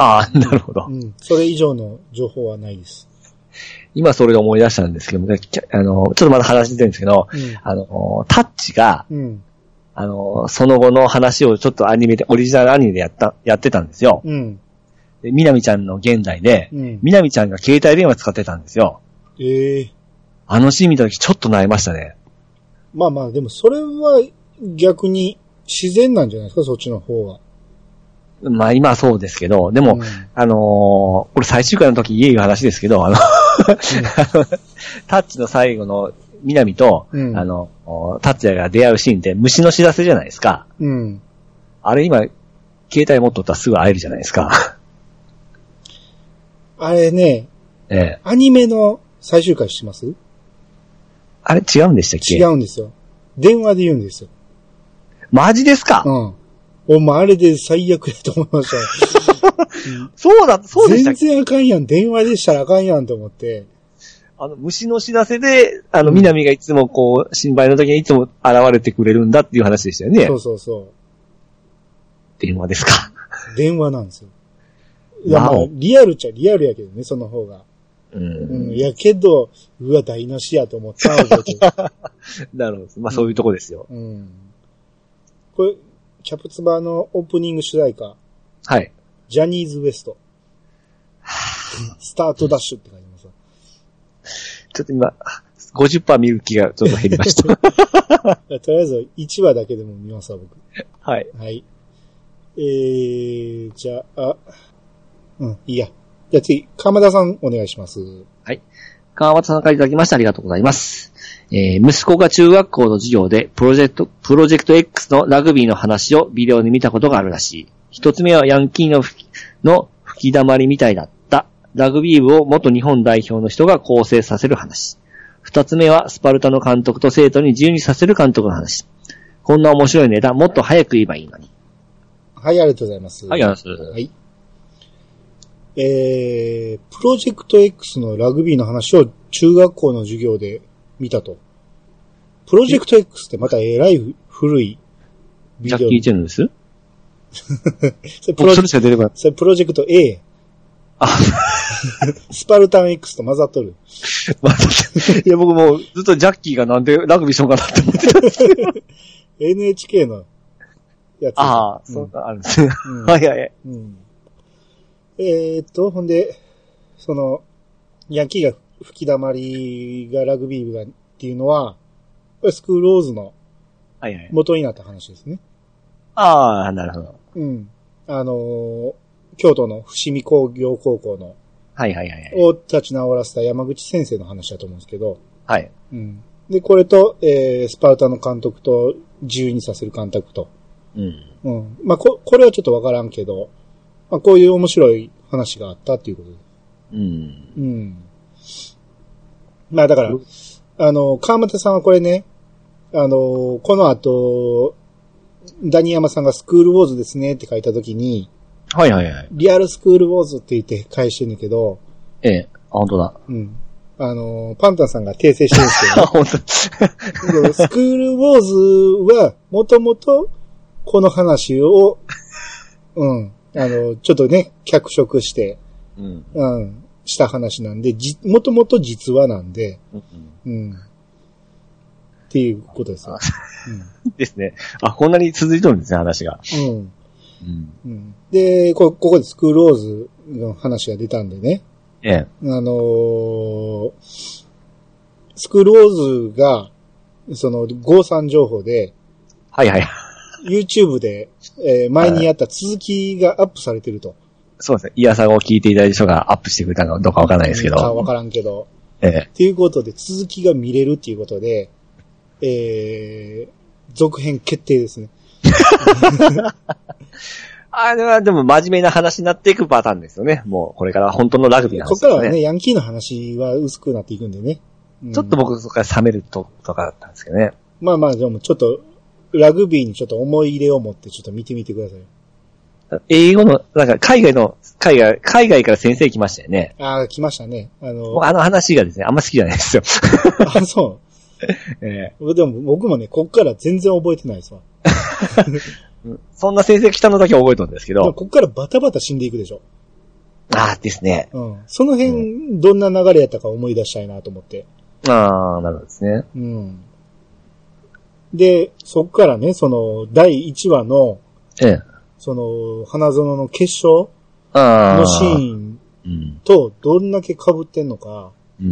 ああ、なるほど。 うん。それ以上の情報はないです。 今それを思い出したんですけども、あの、ちょっとまだ話してるんですけど、うん、あの、タッチが、うん、あの、その後の話をちょっとアニメで、オリジナルアニメでやった、やってたんですよ。うん。で、みなみちゃんの現代で、うん、みなみちゃんが携帯電話使ってたんですよ。ええー。あのシーン見たときちょっと萎えましたね。 まあまあ、でもそれは逆に自然なんじゃないですか、そっちの方は。 まあ今はそうですけど、でも、うん、あのー、これ最終回の時言える話ですけど、あの、うん、タッチの最後の南と、うん、あの、タッチが出会うシーンって虫の知らせじゃないですか。うん。あれ今、携帯持っとったらすぐ会えるじゃないですか。 あれね、ええ、アニメの最終回してます？ あれ違うんでしたっけ？ 違うんですよ。電話で言うんですよ。 マジですか？ うん。お前あれで最悪やと思いました、 うん。そうだ、そうでしたっけ？ 全然あかんやん。電話でしたらあかんやんと思って。 あの、虫の知らせで、あの、みなみがいつもこう、心配の時にいつも現れてくれるんだっていう話でしたよね。 そうそうそう。 電話ですか？ 電話なんですよ。いや、まあ、リアルっちゃリアルやけどね、その方が。うん。うん。やけど、うわ、台無しやと思った覚えてる。 なるほど。まあ、そういうとこですよ。うん。うん、 これ、キャプツバーのオープニング主題歌。 はい。 ジャニーズ ウエスト。スタートダッシュって書いてますわ。 ちょっと今、ごじゅっパーセント 見る気がちょっと減りました。 とりあえずいちわだけでも見ますわ、僕。 はい。 はい。えー、じゃあ、うん、いいや。じゃあ次、川又さんお願いします。 はい。川又さんからいただきましてありがとうございます。えー、息子が中学校の授業でプロジェクト、プロジェクト X のラグビーの話をビデオで見たことがあるらしい。一つ目はヤンキーの吹き、の吹き溜まりみたいだった。ラグビー部を元日本代表の人が構成させる話。二つ目はスパルタの監督と生徒に自由にさせる監督の話。こんな面白いネタ、もっと早く言えばいいのに。 はい、ありがとうございます。 はい、ありがとうございます。はい。 えー、プロジェクト X のラグビーの話を中学校の授業で見たと。プロジェクト X ってまたえらい古いビデオ。ジャッキー・チェンです？ それプロジェクト、出てこない。それプロジェクト A。あスパルタン X と混ざっとる。 いや、僕もうずっとジャッキーがなんでラグビーしようかなって思ってたんですけど。 エヌエイチケー のやつ。 ああ、うん、そうか、あるんですね。うん、はいはいはい。うん、 えー、っと、ほんで、その、ヤンキーが吹き溜まりがラグビー部がっていうのは、スクールローズの元になった話ですね。 はいはい、ああ、なるほど。 うん。あのー、京都の伏見工業高校の、 はいはいはい。 を立ち直らせた山口先生の話だと思うんですけど、 はい。 うん。で、これと、えー、スパルタの監督と自由にさせる監督と、うん。うん。まあ、こ、これはちょっとわからんけど、まあ、こういう面白い話があったっていうことで。うん。うん。まあ、だから、あの、川又さんはこれね、あの、この後、ダニヤマさんがスクールウォーズですねって書いたときに、 はいはいはい。 リアルスクールウォーズって言って返してるんだけど、 ええ、あ、本当だ。 うん。あの、パンタンさんが訂正してるんですけど、ね、 本当スクールウォーズは、もともと、この話を、うん、あの、ちょっとね、脚色して、うん、うん、した話なんで、じ、もともと実話なんで、うん、うん、っていうことですよ。 うん、ですね。あ、こんなに続いてるんですね、話が。うんうんうん、で、こ、ここでスクールウォーズの話が出たんでね。 ええ。 あのー、スクールウォーズが、その、合算情報で、 はいはい。 YouTube で、えー、前にやった続きがアップされてると。 そうですね。イヤサガを聞いていただいた人がアップしてくれたのかどうかわからないですけど。 わからんけど。 ええ。 ということで、続きが見れるっていうことで、えー、続編決定ですね。 あれはでも真面目な話になっていくパターンですよね。もうこれから本当のラグビーの話ですね。 ここからはね、ヤンキーの話は薄くなっていくんでね。 うん、ちょっと僕そこから冷めるととかだったんですけどね。 まあまあ、でもちょっと、ラグビーにちょっと思い入れを持ってちょっと見てみてください。 英語の、なんか海外の、海外、海外から先生来ましたよね。 ああ、来ましたね。あの、 あの話がですね、あんま好きじゃないですよ。 あ、そう。ええ、でも僕もね、こっから全然覚えてないですわ。 そんな先生来たのだけ覚えてるんですけど。 こっからバタバタ死んでいくでしょ。 ああ、ですね。 うん。その辺、うん、どんな流れやったか思い出したいなと思って。 ああ、なるほどですね。 うん。で、そっからね、その、だいいちわの、 ええ。 その、花園の決勝のシーンとどんだけ被ってんのか、うん、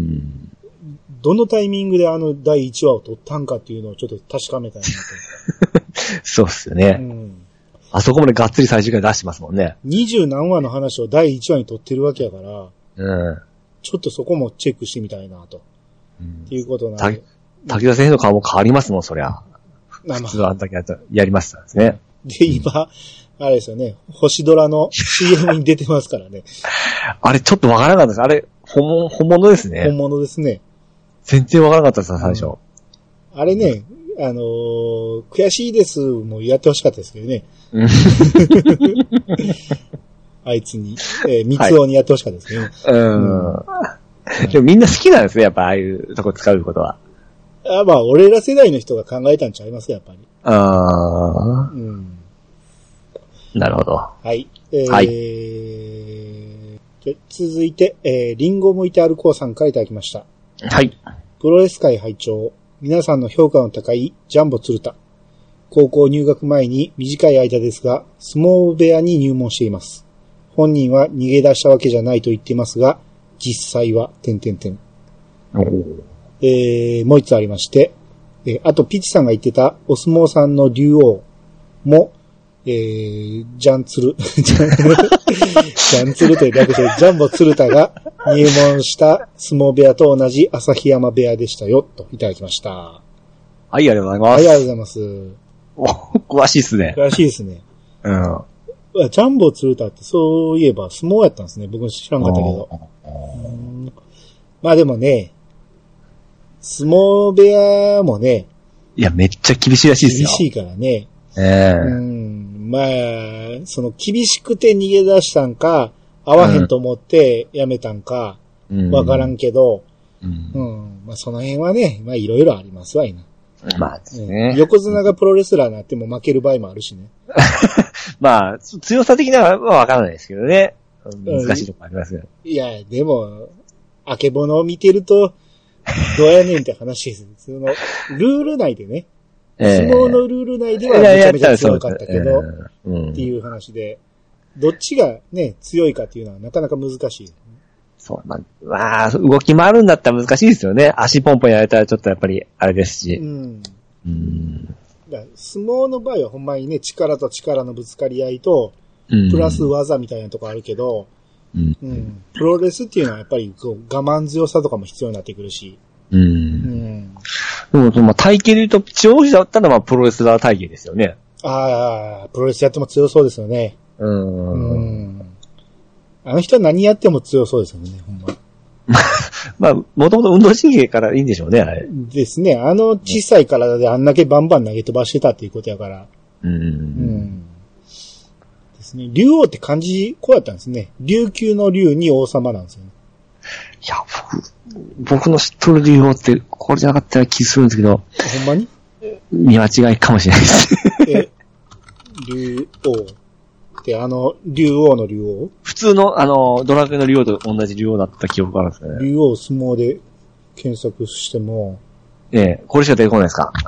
どのタイミングであのだいいちわを撮ったんかっていうのをちょっと確かめたいなと。 そうっすよね、うん。あそこまでがっつり最終回出してますもんね。 二十何話の話をだいいちわに撮ってるわけやから、うん、ちょっとそこもチェックしてみたいなと。うん、っていうことなんで。 武田先生の顔も変わりますもん、そりゃ。普通はあんだけやりましたんですね。 で、今、あれですよね。星ドラの シーエム に出てますからね。 あれちょっとわからなかったです。あれ、本物、本物ですね。 本物ですね。 全然わからなかったです、最初。 うん、あれね、あのー、悔しいですもやってほしかったですけどね。あいつに、えー、三つ男にやってほしかったですけどね。はい、うん。うん、 でもみんな好きなんですね、やっぱああいうとこ使うことは。 あ、まあ、俺ら世代の人が考えたんちゃいますか、やっぱり。 ああ。うん。なるほど。 はい。えー、はい。で続いて、えー、リンゴ向いて歩こうさんからいただきました。 はい。 プロレス界拝聴、皆さんの評価の高いジャンボ鶴田。高校入学前に短い間ですが、相撲部屋に入門しています。本人は逃げ出したわけじゃないと言っていますが、実際は、点々点。えー、もう一つありまして、えー、あとピッチさんが言ってたお相撲さんの竜王も、えー、ジャンツル、ジャンツルという略して、ジャンボ鶴田が入門した相撲部屋と同じ旭山部屋でしたよ、といただきました。 はい、ありがとうございます。 はい、ありがとうございます。 お、詳しいっすね。 詳しいですね。うん。ジャンボ鶴田ってそういえば相撲やったんですね。僕知らんかったけど。うんまあでもね、相撲部屋もね。 いや、めっちゃ厳しいらしいですよ。 厳しいからね。 ええー。 うん。まあ、その厳しくて逃げ出したんか、合わへんと思ってやめたんか、わからんけど、うん。うん。まあその辺はね、まあいろいろありますわいな。 まあですね、 うん。横綱がプロレスラーになっても負ける場合もあるしね。 まあ、強さ的なのはわからないですけどね。難しいとこありますよ。 いや、でも、あけぼのを見てると、どうやねんって話です。その、ルール内でね。相撲のルール内ではめちゃめちゃ強かったけど、っていう話で、どっちがね、強いかっていうのはなかなか難しい。 そう、まあ、まあ、動き回るんだったら難しいですよね。足ポンポンやられたらちょっとやっぱりあれですし。うん。うん、だ相撲の場合はほんまにね、力と力のぶつかり合いと、プラス技みたいなとこあるけど、うんうん、プロレスっていうのはやっぱりこう我慢強さとかも必要になってくるし。うん。うん、 でも、まあ、体型で言うと、長寿だったらまあプロレスラー体型ですよね。 ああ、プロレスやっても強そうですよね。うん。うんあの人は何やっても強そうですよね、ほんま。 まあ、もともと運動神経からいいんでしょうね、あれ。 ですね。あの小さい体であんだけバンバン投げ飛ばしてたっていうことやから。うん。うんですね。竜王って漢字、こうやったんですね。琉球の竜に王様なんですよね。 いや、僕、僕の知っとる竜王って、これじゃなかったら気するんですけど。 ほんまに見間違いかもしれないです。 え、竜王。で、あの、竜王の竜王普通の、あの、ドラクエの竜王と同じ竜王だった記憶があるんですね。 竜王相撲で検索しても。 ええ、これしか出てこないですか。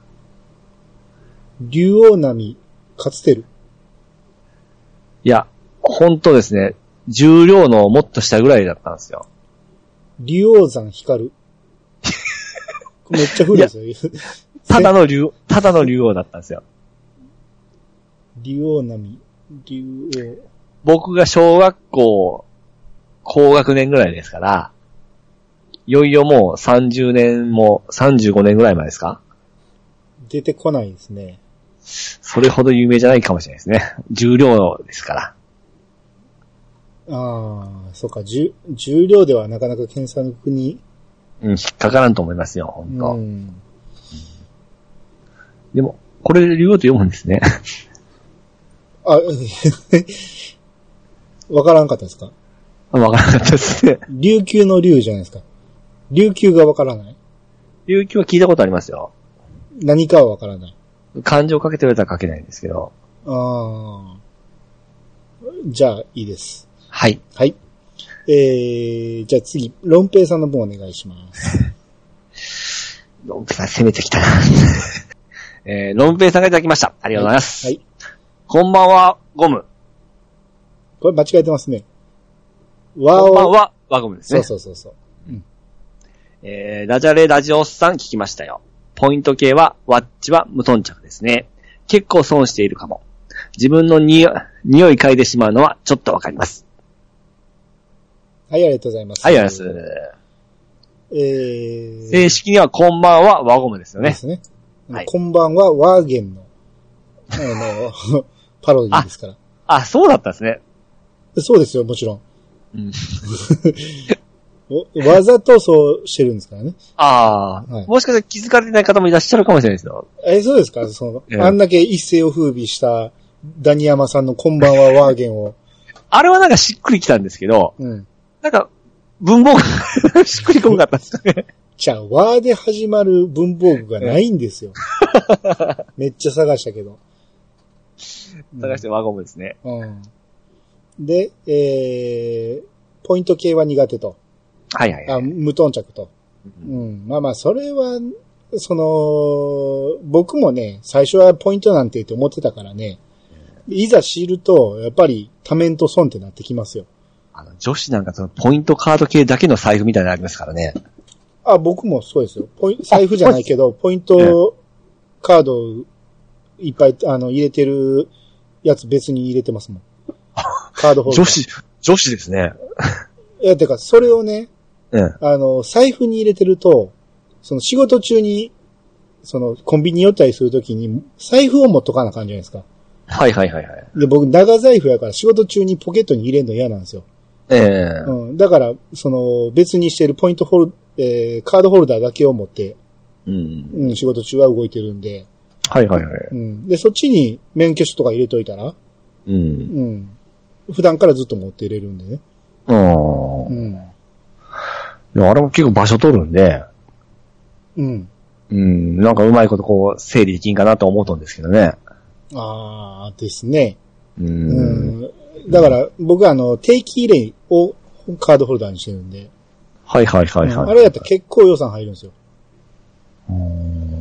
竜王並勝てる。 いや、ほんとですね、重量のもっと下ぐらいだったんですよ。 竜王山光る。めっちゃ古いですよ。 ただの竜、ただの竜王だったんですよ。 竜王並。竜王。 僕が小学校、高学年ぐらいですから、いよいよもうさんじゅうねんもさんじゅうごねんぐらい前ですか？ 出てこないですね。 それほど有名じゃないかもしれないですね。重量ですから。 ああ、そうか、重、重量ではなかなか検索に。 うん、引っかからんと思いますよ、本当、うん、でも、これで竜王と読むんですね。 あ、わからんかったですか？ わからなかったですね。 琉球の竜じゃないですか。琉球がわからない。 琉球は聞いたことありますよ。 何かはわからない。 漢字をかけて言われたらかけないんですけど。 ああ。じゃあ、いいです。 はい。 はい。えー、じゃあ次、ロンペイさんの分お願いします。 ロンペイさん攻めてきたな。えー、ロンペイさんがいただきました。ありがとうございます。はい。はい、こんばんは、ゴム。 これ間違えてますね。 わお。こんばんは、ワゴムですね。 そうそうそうそう。うん。 えー、ダジャレラジオスさん聞きましたよ。ポイント系は、ワッチは無頓着ですね。結構損しているかも。自分のに匂い嗅いでしまうのはちょっとわかります。 はい、ありがとうございます。 はい、ありがとうございます。えー、正式にはこんばんはワゴムですよね。ですね。 はい、こんばんはワーゲンの、あの、パロディですから。 あ、あ、そうだったんですね。 そうですよ、もちろん。 うん、 わざとそうしてるんですからね。 ああ、はい、もしかしたら気づかれてない方もいらっしゃるかもしれないですよ。 え、そうですか？その、えー、あんだけ一世を風靡したダニヤマさんのこんばんはワーゲンを。 あれはなんかしっくりきたんですけど、うん、なんか文房具しっくりこんかったんですかね。 じゃあ、ワーで始まる文房具がないんですよ。めっちゃ探したけど。 探してワゴムですね。 うん。で、えー、ポイント系は苦手と。 はいはい、はい。 あ、無頓着と。うん、うん。まあまあ、それは、その、僕もね、最初はポイントなんてって思ってたからね、いざ知ると、やっぱり多面と損ってなってきますよ。 あの、女子なんかそのポイントカード系だけの財布みたいなのありますからね。 あ、僕もそうですよ。ポイ財布じゃないけど、ポイントカードいっぱい、あの、入れてるやつ別に入れてますもん。カードホルダー。 女子、女子ですね。 いや、てか、それをね、 うん、 あの、財布に入れてると、その仕事中に、その、コンビニ寄ったりするときに、財布を持っとかな感じじゃないですか。 はいはいはいはい。 で、僕、長財布やから仕事中にポケットに入れるの嫌なんですよ。 ええー。 うん。だから、その、別にしてるポイントホル、えー、カードホルダーだけを持って、 うん。 うん、仕事中は動いてるんで。 はいはいはい。 うん。で、そっちに免許証とか入れといたら、 うん。うん。 普段からずっと持って入れるんでね。 ああ。うん。いや、あれも結構場所取るんで。 うん。 うん。なんかうまいことこう、整理できんかなと思うとんですけどね。 ああ、ですね。 うん。 うん。だから、僕はあの、定期入れをカードホルダーにしてるんで。 はいはいはいはい。 うん、あれやったら結構予算入るんですよ。 うん。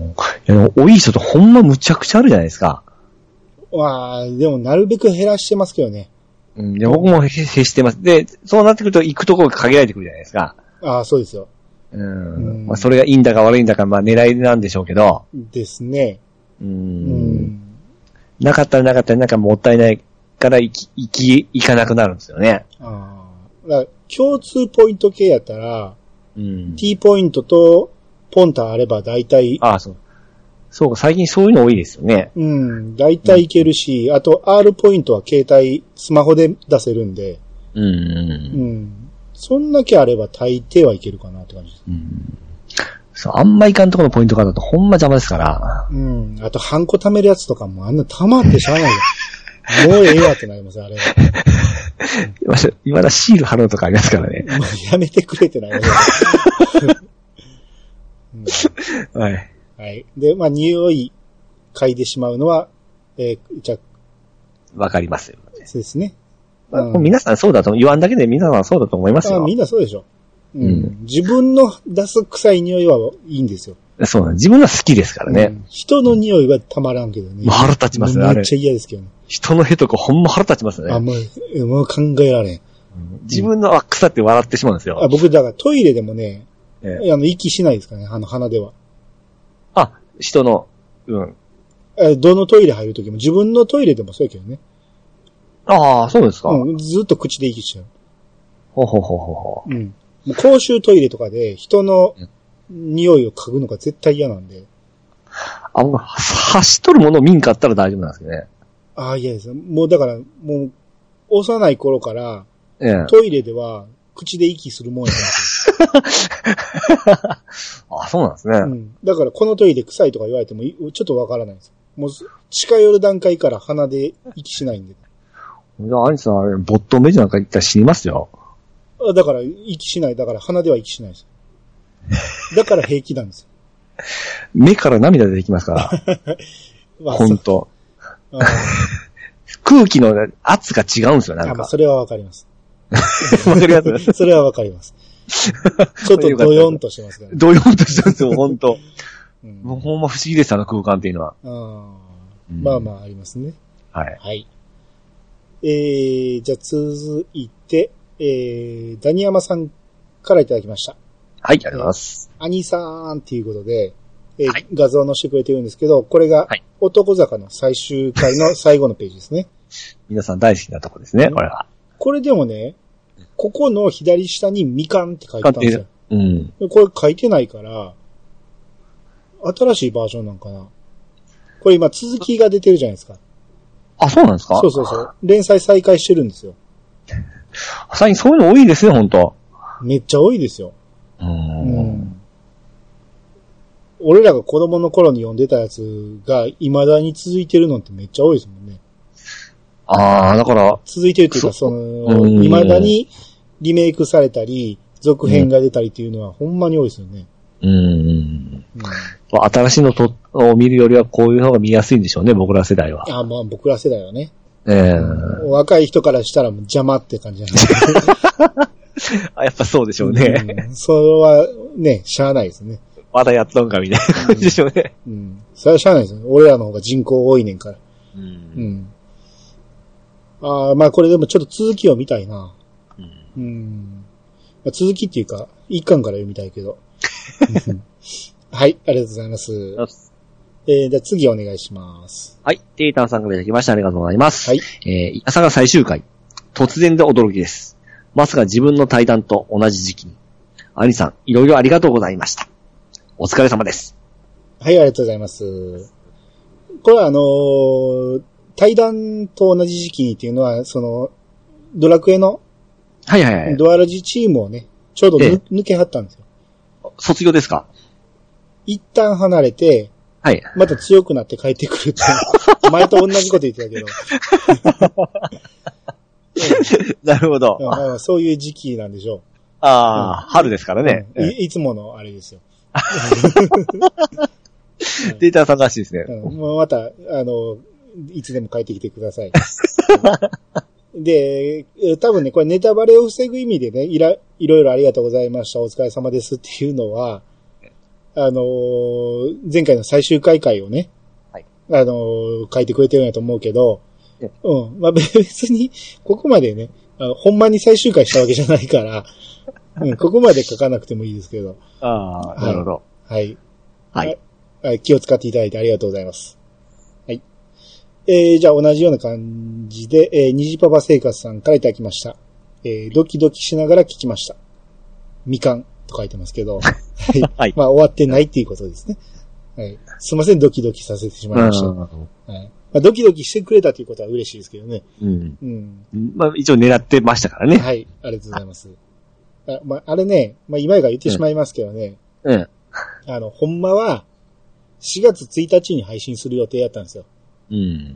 いや、おいそとほんまむちゃくちゃあるじゃないですか。 わあ、でもなるべく減らしてますけどね。 うん。で、僕も減してます。で、そうなってくると行くところが限られてくるじゃないですか。 ああ、そうですよ。 うん。うん、まあ、それがいいんだか悪いんだか、まあ狙いなんでしょうけど。 ですね。 うん。うんなかったらなかったらなんかもったいないから行き、行き、行かなくなるんですよね。 ああ。だから共通ポイント系やったら、 うん、 T ポイントとポンタあれば大体。 ああ、そう。そうか、最近そういうの多いですよね。 うん。大体いけるし、うん、あと R ポイントは携帯、スマホで出せるんで。 うん。うんうんそんだけあれば大抵はいけるかなって感じです。 うん。そう、あんまいかんとこのポイントカードだとほんま邪魔ですから。 うん。あと、ハンコ貯めるやつとかもあんな溜まってしゃあないよ。もうええわってなります、あれは。 いまだシール貼るのとかありますからね。 もうやめてくれってなります、 うん。はい。 はい。で、まあ、匂い嗅いでしまうのは、えー、じゃわかりますよ。 そうですね。 うん、皆さんそうだと、言わんだけで皆さんそうだと思いますよ。 あみんなそうでしょ。うん。うん、自分の出す臭い匂いはいいんですよ。 そうなん自分は好きですからね、うん。 人の匂いはたまらんけどね。 もう腹立ちますね、あれ。 めっちゃ嫌ですけどね。 人の屁とかほんま腹立ちますね。 あ、もう、もう考えられん。 自分のは臭って笑ってしまうんですよ。 あ僕、だからトイレでもね、 ええ、 あの、息しないですからね、あの、鼻では。 あ、人の、うん。 どのトイレ入るときも、自分のトイレでもそうやけどね。 ああ、そうですか。 うん、ずっと口で息しちゃう。 ほうほうほうほうほう。うん。もう公衆トイレとかで人の匂いを嗅ぐのが絶対嫌なんで。 あ、僕、走っとるものを見んかったら大丈夫なんですけどね。あああ、嫌です。もうだから、もう、幼い頃から、 ええ、 トイレでは口で息するもんやったんですよ。あ、そうなんですね。 うん。だからこのトイレ臭いとか言われても、ちょっとわからないです。もう、近寄る段階から鼻で息しないんで。 じゃあ、アニさん、あれ、ボットメジなんか行ったら死にますよ。 だから、息しない。だから鼻では息しないです。だから平気なんですよ。 目から涙出てきますから。まあ、ほんと。空気の圧が違うんですよ、なんか。 あ、まあ、それはわかります。 わかりますそれはわかります。ちょっとドヨンとしてますから、ね。 ドヨンとしてますよ、ほんと。うん、もうほんま不思議でした、あの空間っていうのは。 あうん、まあまあありますね。 はい。 はい。えー、じゃあ続いて、えー、ダニヤマさんからいただきました。 はい、ありがとうございます。 アニさーんっていうことで、えーはい、画像を載せてくれてるんですけど、これが、男坂の最終回の最後のページですね。 皆さん大好きなとこですね、これは。 これでもね、ここの左下にみかんって書いてたんですよ。 うん。 これ書いてないから、新しいバージョンなんかな。これ今続きが出てるじゃないですか。 あ、そうなんですか？ そうそうそう。連載再開してるんですよ。 最近そういうの多いですね、ほんと。 めっちゃ多いですよ。 うーん。うん、 俺らが子供の頃に読んでたやつが未だに続いてるのってめっちゃ多いですもんね。 ああ、だから。 続いてるっていうか、その、未だにリメイクされたり、続編が出たりっていうのはほんまに多いですよね。 うん。うん新しいのとを見るよりはこういう方が見やすいんでしょうね、僕ら世代は。 あまあ僕ら世代はね。 ええー。 若い人からしたら邪魔って感じじゃないあ、やっぱそうでしょうね。 うん、それはね、しゃあないですね。 まだやっとんかみたいな感じでしょうね。 うん。うん、それはしゃあないですね。俺らの方が人口多いねんから。 うん。 うん。ああ、まあこれでもちょっと続きを見たいな。うん。うんまあ、続きっていうか、一巻から読みたいけど。はい、ありがとうございます。えー、じゃあ次お願いします。 はい、テイタンさんからいただきましてありがとうございます。 はい。 えー、朝が最終回。突然で驚きです。まさか自分の対談と同じ時期に。兄さん、いろいろありがとうございました。お疲れ様です。 はい、ありがとうございます。これはあのー、対談と同じ時期にっていうのは、その、ドラクエの、 はいはいはい。 ドアラジチームをね、ちょうど、ええ、抜けはったんですよ。 卒業ですか？ 一旦離れて、 はい。 また強くなって帰ってくるって。前と同じこと言ってたけど。 なるほど、 うん。そういう時期なんでしょう。 ああ、うん、春ですからね、 うんい。いつものあれですよ。 データさんらしいですね。 うん、もうまた、あの、いつでも帰ってきてください。で、多分ね、これネタバレを防ぐ意味でね、いら、いろいろありがとうございました、お疲れ様ですっていうのは、あのー、前回の最終回回をね、 はい、 あのー、書いてくれてるんやと思うけど、うん。まあ、別に、ここまでね、あの、ほんまに最終回したわけじゃないから、うん、ここまで書かなくてもいいですけど。 ああ、なるほど。 はい。 はい。 はい。気を使っていただいてありがとうございます。はい。えー、じゃあ同じような感じで、えー、虹パパ生活さんからいただきました。えー、ドキドキしながら聞きました。みかんと書いてますけど。はい。はい、まあ終わってないっていうことですね。はい。すいません、ドキドキさせてしまいました。はい。まあ、ドキドキしてくれたということは嬉しいですけどね。 うん。うん。まあ一応狙ってましたからね。 はい。ありがとうございます。あ, まあ、あれね、まあ今が言ってしまいますけどね。 うん。うん、 あの、ほんまは、しがつついたちに配信する予定やったんですよ。 うん。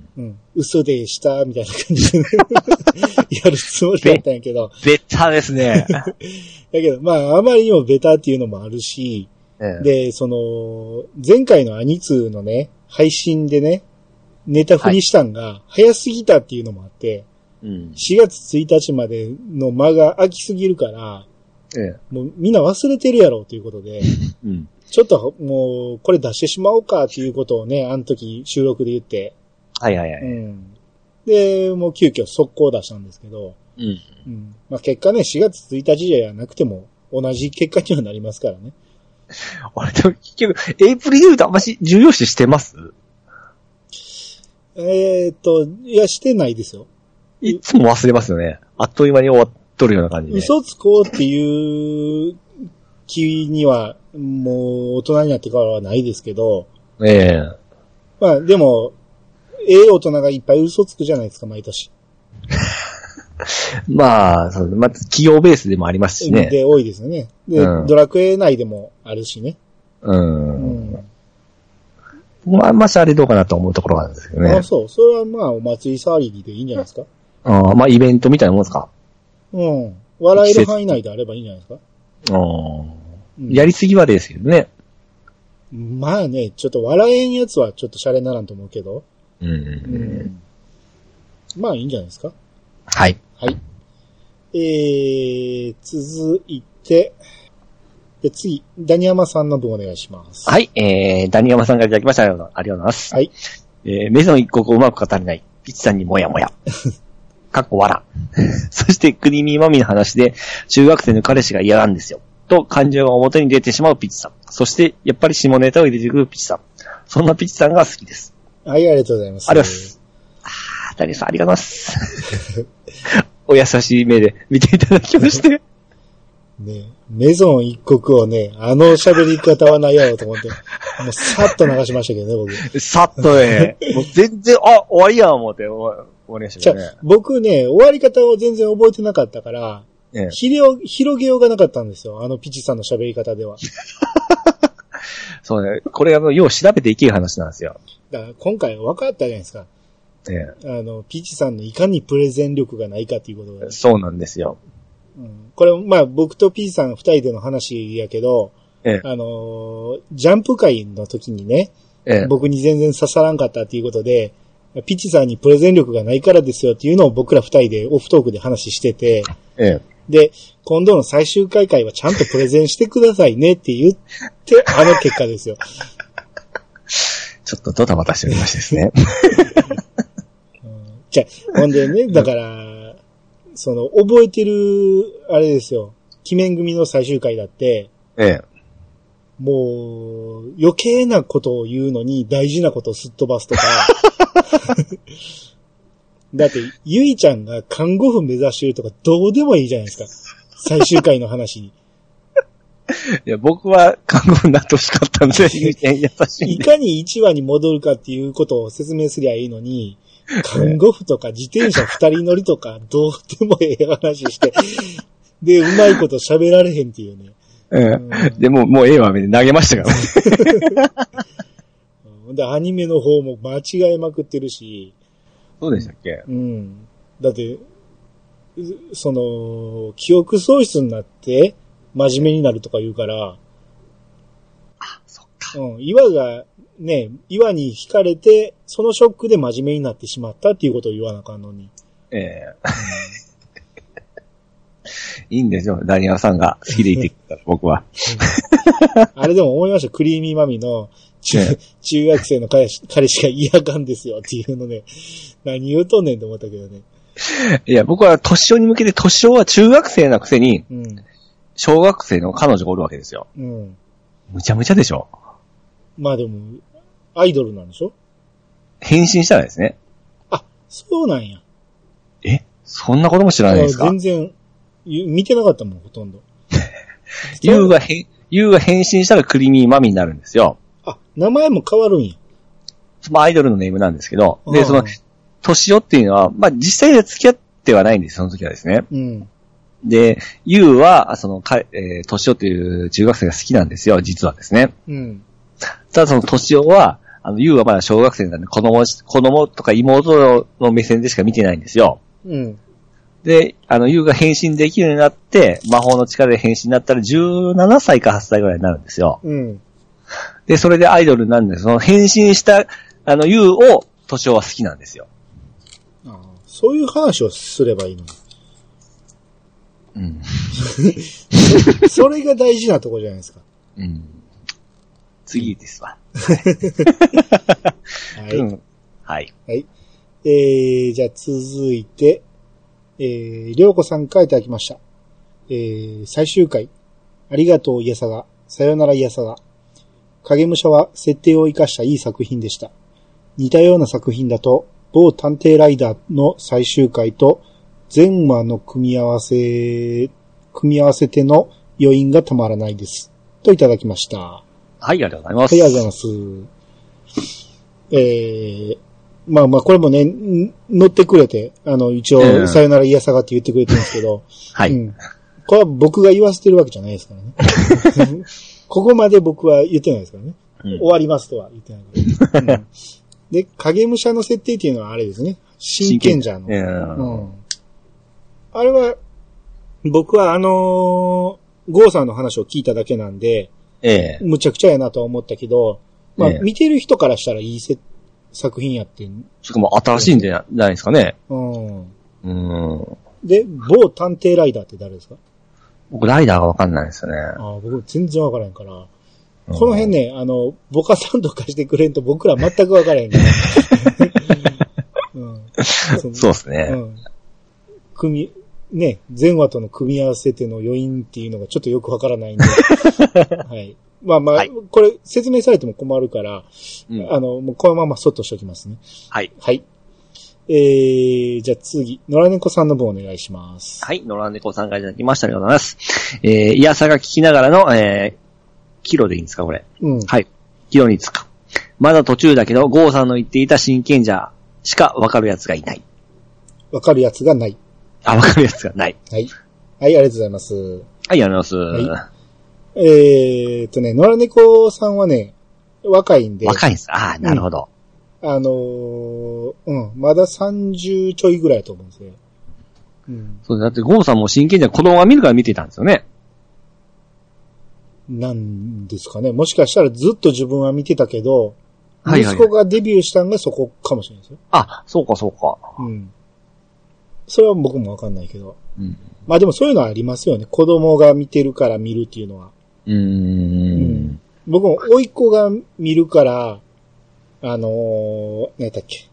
うん。嘘でした、みたいな感じで、やるつもりだったんやけど。 ベタですね。 だけど、まあ、あまりにもベタっていうのもあるし、 うん、 で、その、前回のアニツーのね、配信でね、ネタ振りしたんが早すぎたっていうのもあって、 うん、 しがつついたちまでの間が空きすぎるから、 ええ、 もうみんな忘れてるやろうということで、 うん、 ちょっともうこれ出してしまおうかっていうことをね、あの時収録で言って、 はいはいはい。 うん、で、もう急遽速攻出したんですけど、 うんうん、まあ結果ね、しがつついたちじゃなくても同じ結果にはなりますからね。 俺でも結局、エイプリルってあんまし重要視してます？ えーっと、いや、してないですよ。 いつも忘れますよね。あっという間に終わっとるような感じで。 嘘つこうっていう気には、もう大人になってからはないですけど。 ええ。 まあでも、ええ大人がいっぱい嘘つくじゃないですか、毎年。 まあ、そう、まず企業ベースでもありますしね。 で、多いですよね。で、うん、ドラクエ内でもあるしね。うん。うんまあ、あんましあれどうかなと思うところがあるんですけどね。 あ、そう。それはまあ、お祭り騒ぎでいいんじゃないですか。 ああ、まあ、イベントみたいなもんですか。 うん。笑える範囲内であればいいんじゃないですか。 ああ、うん。やりすぎはですけどね。 まあね、ちょっと笑えんやつはちょっとシャレにならんと思うけど。 うん。うん、 まあ、いいんじゃないですか。 はい。 はい。えー、続いて、で次、ダニヤマさんの分お願いします。 はい、えー、ダニヤマさんからいただきました。ありがとうございます。 はい。 えー、メゾン一国をうまく語れない、ピッチさんにもやもや。かっこわら。そして、クリーミーマミの話で、中学生の彼氏が嫌なんですよ。と、感情が表に出てしまうピッチさん。そして、やっぱり下ネタを入れてくるピッチさん。そんなピッチさんが好きです。 はい、ありがとうございます。 ありがとうございます。あー、ダニヤさんありがとうございます。お優しい目で見ていただきまして。 ね、メゾン一国をね、あの喋り方はないやろうと思って、もうさっと流しましたけどね、僕。 さっとね、もう全然、あ、終わりやん思って終わりましたけどね。 僕ね、終わり方を全然覚えてなかったから、ね、広げようがなかったんですよ、あのピチさんの喋り方では。 そうね、これあの、よう調べていける話なんですよ。 だから今回分かったじゃないですか。 ね、 あの、ピチさんのいかにプレゼン力がないかっていうことが。 そうなんですよ。 うん、これ、まあ、僕と P さん二人での話やけど、 ええ、 あのー、ジャンプ会の時にね、 ええ、 僕に全然刺さらんかったっていうことで、ピッチさんにプレゼン力がないからですよっていうのを僕ら二人でオフトークで話してて、 ええ、 で、今度の最終回会はちゃんとプレゼンしてくださいねって言って、あの結果ですよ。 ちょっとドタバタしておりましてですね。 うん、じゃあ、ほんでね、だから、その、覚えてる、あれですよ。鬼面組の最終回だって、 ええ。 もう、余計なことを言うのに大事なことをすっ飛ばすとか。だって、ゆいちゃんが看護婦目指してるとかどうでもいいじゃないですか。最終回の話に。 いや、僕は看護婦になってほしかったんで、ゆいちゃん優しい。 いかにいちわに戻るかっていうことを説明すりゃいいのに、看護婦とか自転車二人乗りとかどうでもええ話して、で、うまいこと喋られへんっていうね。 うん、でも、もうええわ、投げましたからね。で、アニメの方も間違えまくってるし。 そうでしたっけ？ うん。だって、その、記憶喪失になって真面目になるとか言うから。 あ、そっか。 うん。岩が、ね、岩に惹かれて、そのショックで真面目になってしまったっていうことを言わなあかんのに。 ええー。いいんですよ。ダニアさんが好きでいてくから、僕は。 あれでも思いました。クリーミーマミの中、ね、中学生の彼氏、彼氏が嫌がんですよっていうのね。何言うとんねんと思ったけどね。 いや、僕は年少に向けて、年少は中学生なくせに、 うん、 小学生の彼女がおるわけですよ。 うん。 むちゃむちゃでしょ。 まあでも、アイドルなんでしょ？ 変身したらですね。 あ、そうなんや。 え？そんなことも知らないですか？ 全然、見てなかったもん、ほとんど。 ユウが変、ユウが変身したらクリーミーマミになるんですよ。 あ、名前も変わるんや。 まあアイドルのネームなんですけど、で、その、年男っていうのは、まあ実際は付き合ってはないんです、その時はですね。 うん。 で、ユウは、その、かえー、年男っていう中学生が好きなんですよ、実はですね。 うん。 ただその年男は、あの、ユウはまだ小学生なんで、子供、子供とか妹の目線でしか見てないんですよ。 うん。 で、あの、ユウが変身できるようになって、魔法の力で変身になったらじゅうななさいかはっさいぐらいになるんですよ。 うん。 で、それでアイドルになるんです。その変身した、あの、ユウを、年男は好きなんですよ。 ああ、そういう話をすればいいのに。 うん。 それが大事なとこじゃないですか。 うん。次ですわ。 はい、うん。 はい。 はい。えー、じゃあ続いて、えー、りょうこさんからいただきました。えー、最終回。ありがとう、イヤサガ。さよなら、イヤサガ。影武者は設定を生かしたいい作品でした。似たような作品だと、 某探偵ライダーの最終回と前話の組み合わせ、組み合わせての余韻がたまらないです。といただきました。 はい、ありがとうございます。 はい、ありがとうございます。えー、まあまあ、これもね、乗ってくれて、あの、一応、うん、さよならいやさがって言ってくれてるんですけど、 はい、 うん。これは僕が言わせてるわけじゃないですからね。ここまで僕は言ってないですからね。うん、終わりますとは言ってないから、ね。うん、で、影武者の設定っていうのはあれですね。真剣者の。うん、あれは、僕はあのー、ゴーさんの話を聞いただけなんで、 ええ、 むちゃくちゃやなとは思ったけど、まあ、ええ、見てる人からしたらいいせ作品やって。 しかも新しいんじゃないですかね。 うん。 うん。 で、某探偵ライダーって誰ですか？ 僕、ライダーがわかんないですよね。 ああ、僕全然わからんから。うん、この辺ね、あの、ボカさんとかしてくれんと僕ら全くわからへんから。うん、 そ, そうですね。 うん。組、ね、前話との組み合わせての余韻っていうのがちょっとよくわからないんで。はい。まあまあ、はい、これ説明されても困るから、うん、あの、もうこのままそっとしておきますね。 はい。 はい。えー、じゃあ次、野良猫さんの分お願いします。 はい、野良猫さんからいただきました。ありがとうございます。えー、いやさが聞きながらの、えー、キロでいいんですか、これ。 うん。 はい。キロにつく。まだ途中だけど、ゴーさんの言っていた真剣者しかわかるやつがいない。 わかるやつがない。 あ、わかるやつがない。 はい。はい、ありがとうございます。はい、 ありがとうございます。はい、 えーっとね、野良猫さんはね、若いんで。 若いんです。ああ、なるほど。 うん、あのー、うん、まださんじゅうちょいぐらいだと思うんですよ。 うん。そうだってゴーさんも真剣者子供が見るから見てたんですよね。 なんですかね。もしかしたらずっと自分は見てたけど、 はいはい、 息子がデビューしたのがそこかもしれないですよ。 あ、そうかそうか。 うん。それは僕もわかんないけど。 うん。 まあでもそういうのはありますよね。子供が見てるから見るっていうのは。 うーん。うん、 僕も甥っ子が見るから、あのー、何だっけ。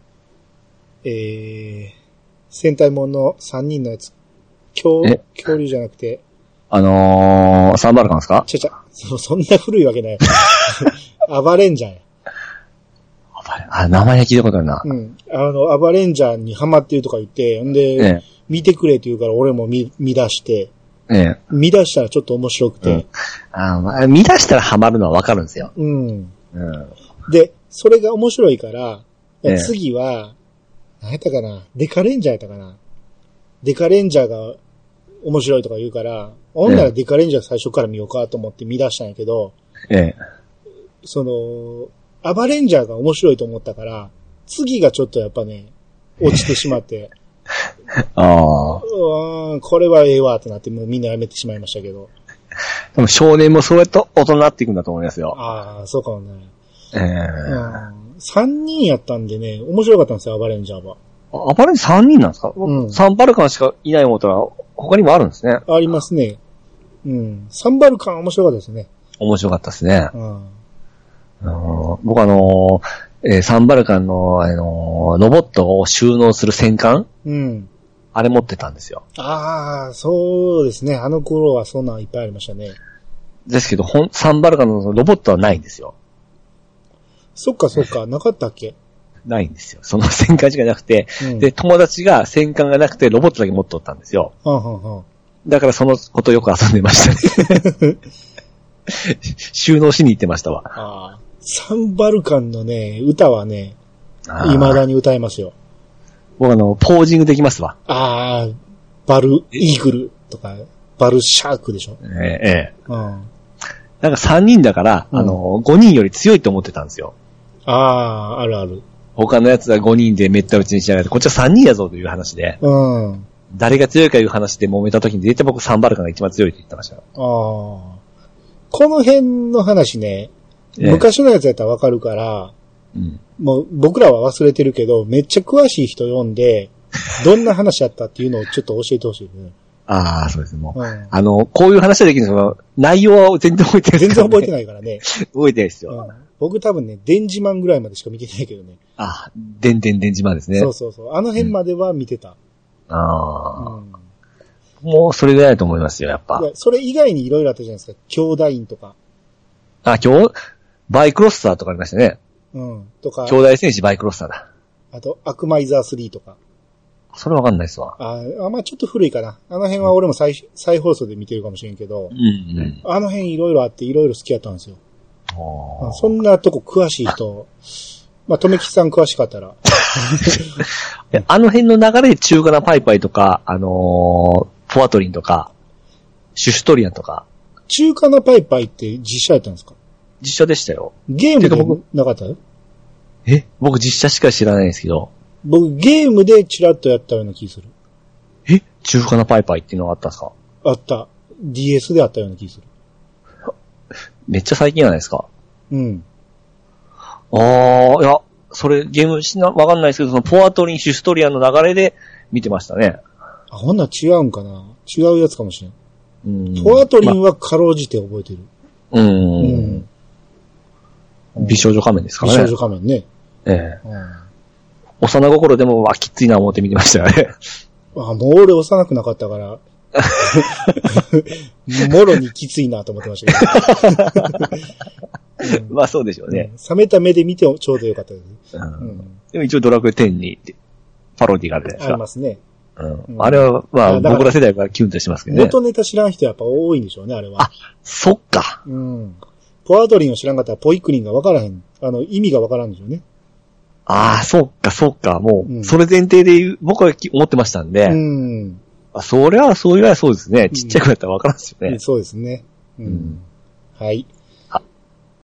えー、戦隊もんのさんにんのやつ。恐、恐竜じゃなくて。 あのー、サンバルカンですか？ ちゃちゃ、そ、そんな古いわけない。暴れんじゃんや。 あ、名前聞いたことあるな。 うん。あの、暴れんじゃんにハマってるとか言って、んで、ええ、見てくれって言うから俺も見、見出して、 ええ、 見出したらちょっと面白くて。うん、 あ、まあ、見出したらハマるのはわかるんですよ。 うん。うん。で、それが面白いから、ええ、次は、何やったかな、デカレンジャーやったかな。デカレンジャーが面白いとか言うから、ほんならデカレンジャー最初から見ようかと思って見出したんやけど、 ええ、 その、アバレンジャーが面白いと思ったから、次がちょっとやっぱね、落ちてしまって。 ああ。 うん、これはええわってなって、もうみんなやめてしまいましたけど。 でも少年もそうやって大人になっていくんだと思いますよ。 ああ、そうかもね。 ええー。 さんにんやったんでね、面白かったんですよ、アバレンジャーは。 アバレンジャーさんにんなんですか？うん。サンバルカンしかいない思ったら、他にもあるんですね。 ありますね。うん。サンバルカン面白かったですね。 面白かったですね。 うん。 あのー、僕あのー、えー、サンバルカンの、あのー、ロボットを収納する戦艦、 うん、 あれ持ってたんですよ。 ああ、そうですね。あの頃はそんなんいっぱいありましたね。 ですけど、ほん、サンバルカンのロボットはないんですよ。 そっかそっか、なかったっけ？ ないんですよ。その戦艦しかなくて、うん、で、友達が戦艦がなくてロボットだけ持っとったんですよ。 はんはんはん、 だからそのことよく遊んでましたね。収納しに行ってましたわ。 ああ、サンバルカンのね、歌はね、未だに歌えますよ。 僕あの、ポージングできますわ。 ああ、バルイーグルとか、バルシャークでしょ。 ええ、ええ。 うん。 なんかさんにんだから、うん、あの、ごにんより強いと思ってたんですよ。 ああ、あるある。 他のやつはごにんでめった打ちにしやがって、こっちはさんにんやぞという話で。 うん。 誰が強いかいう話で揉めた時に絶対僕サンバルカンが一番強いって言ってました。ああ。この辺の話ね、ええ、昔のやつやったらわかるから、うん、もう僕らは忘れてるけど、めっちゃ詳しい人読んで、どんな話やったっていうのをちょっと教えてほしいですね。 ああ、そうですね。もう、うん、あの、こういう話はできるんですけど、内容は全然覚えてない、 ね。全然覚えてないからね。 覚えてないですよ、 うん。僕多分ね、電磁マンぐらいまでしか見てないけどね。 ああ、電電電磁マンですね。 そうそうそう。あの辺までは見てた。 うん、ああ。うんもうそれぐらいだと思いますよ、やっぱ。 いや、それ以外にいろいろあったじゃないですか。兄弟院とか。 あ、今日、バイクロスターとかありましたね。 うん。とか。 兄弟戦士バイクロスターだ。 あと、アクマイザースリーとか。 それわかんないっすわ。 ああ、まあちょっと古いかな。あの辺は俺も再、再放送で見てるかもしれんけど、 うんうん、 あの辺いろいろあっていろいろ好きやったんですよ。 まあ、 そんなとこ詳しい人、まあ、とめきちさん詳しかったら。 あの辺の流れで中華なパイパイとか、あのー、ポアトリンとか、シュシュトリアンとか。 中華なパイパイって実写やったんですか？ 実写でしたよ。 ゲームでなかったよ。 え僕実写しか知らないんですけど。 僕ゲームでチラッとやったような気する。 え中華なパイパイっていうのがあったんですか？ あった。ディーエス であったような気する。 めっちゃ最近じゃないですか。 うん。 ああ、いや、それゲームしな、わかんないですけど、そのポアトリン、シュストリアンの流れで見てましたね。 あ、ほんなら違うんかな？違うやつかもしれん。 うん。 ポアトリンはかろうじて覚えてる。 ま、うん。うん。美少女仮面ですからね。 美少女仮面ね。 ええ。うん、幼心でも、わ、きついな思って見てましたよね。 あ、もう俺幼くなかったから、もろにきついなと思ってましたけど。 うん、まあそうでしょうね、 うん。冷めた目で見てちょうどよかったです。 うんうん、でも一応ドラクエテンにパロディがあるじゃないですか。 ありますね。 うんうん、あれは、まあ僕ら世代からキュンとしてますけどね。 元ネタ知らん人やっぱ多いんでしょうね、あれは。 あ、そっか。 うん。ポアドリンを知らんかったらポイクリンがわからへん。あの、意味がわからんでしょうね。 ああ、そっか、そっか。もう、それ前提で言う、僕は思ってましたんで。 うん。 あ、それは、そういうはそうですね。ちっちゃくなったらわからんですよね、 うん。そうですね。うん。うん、はい。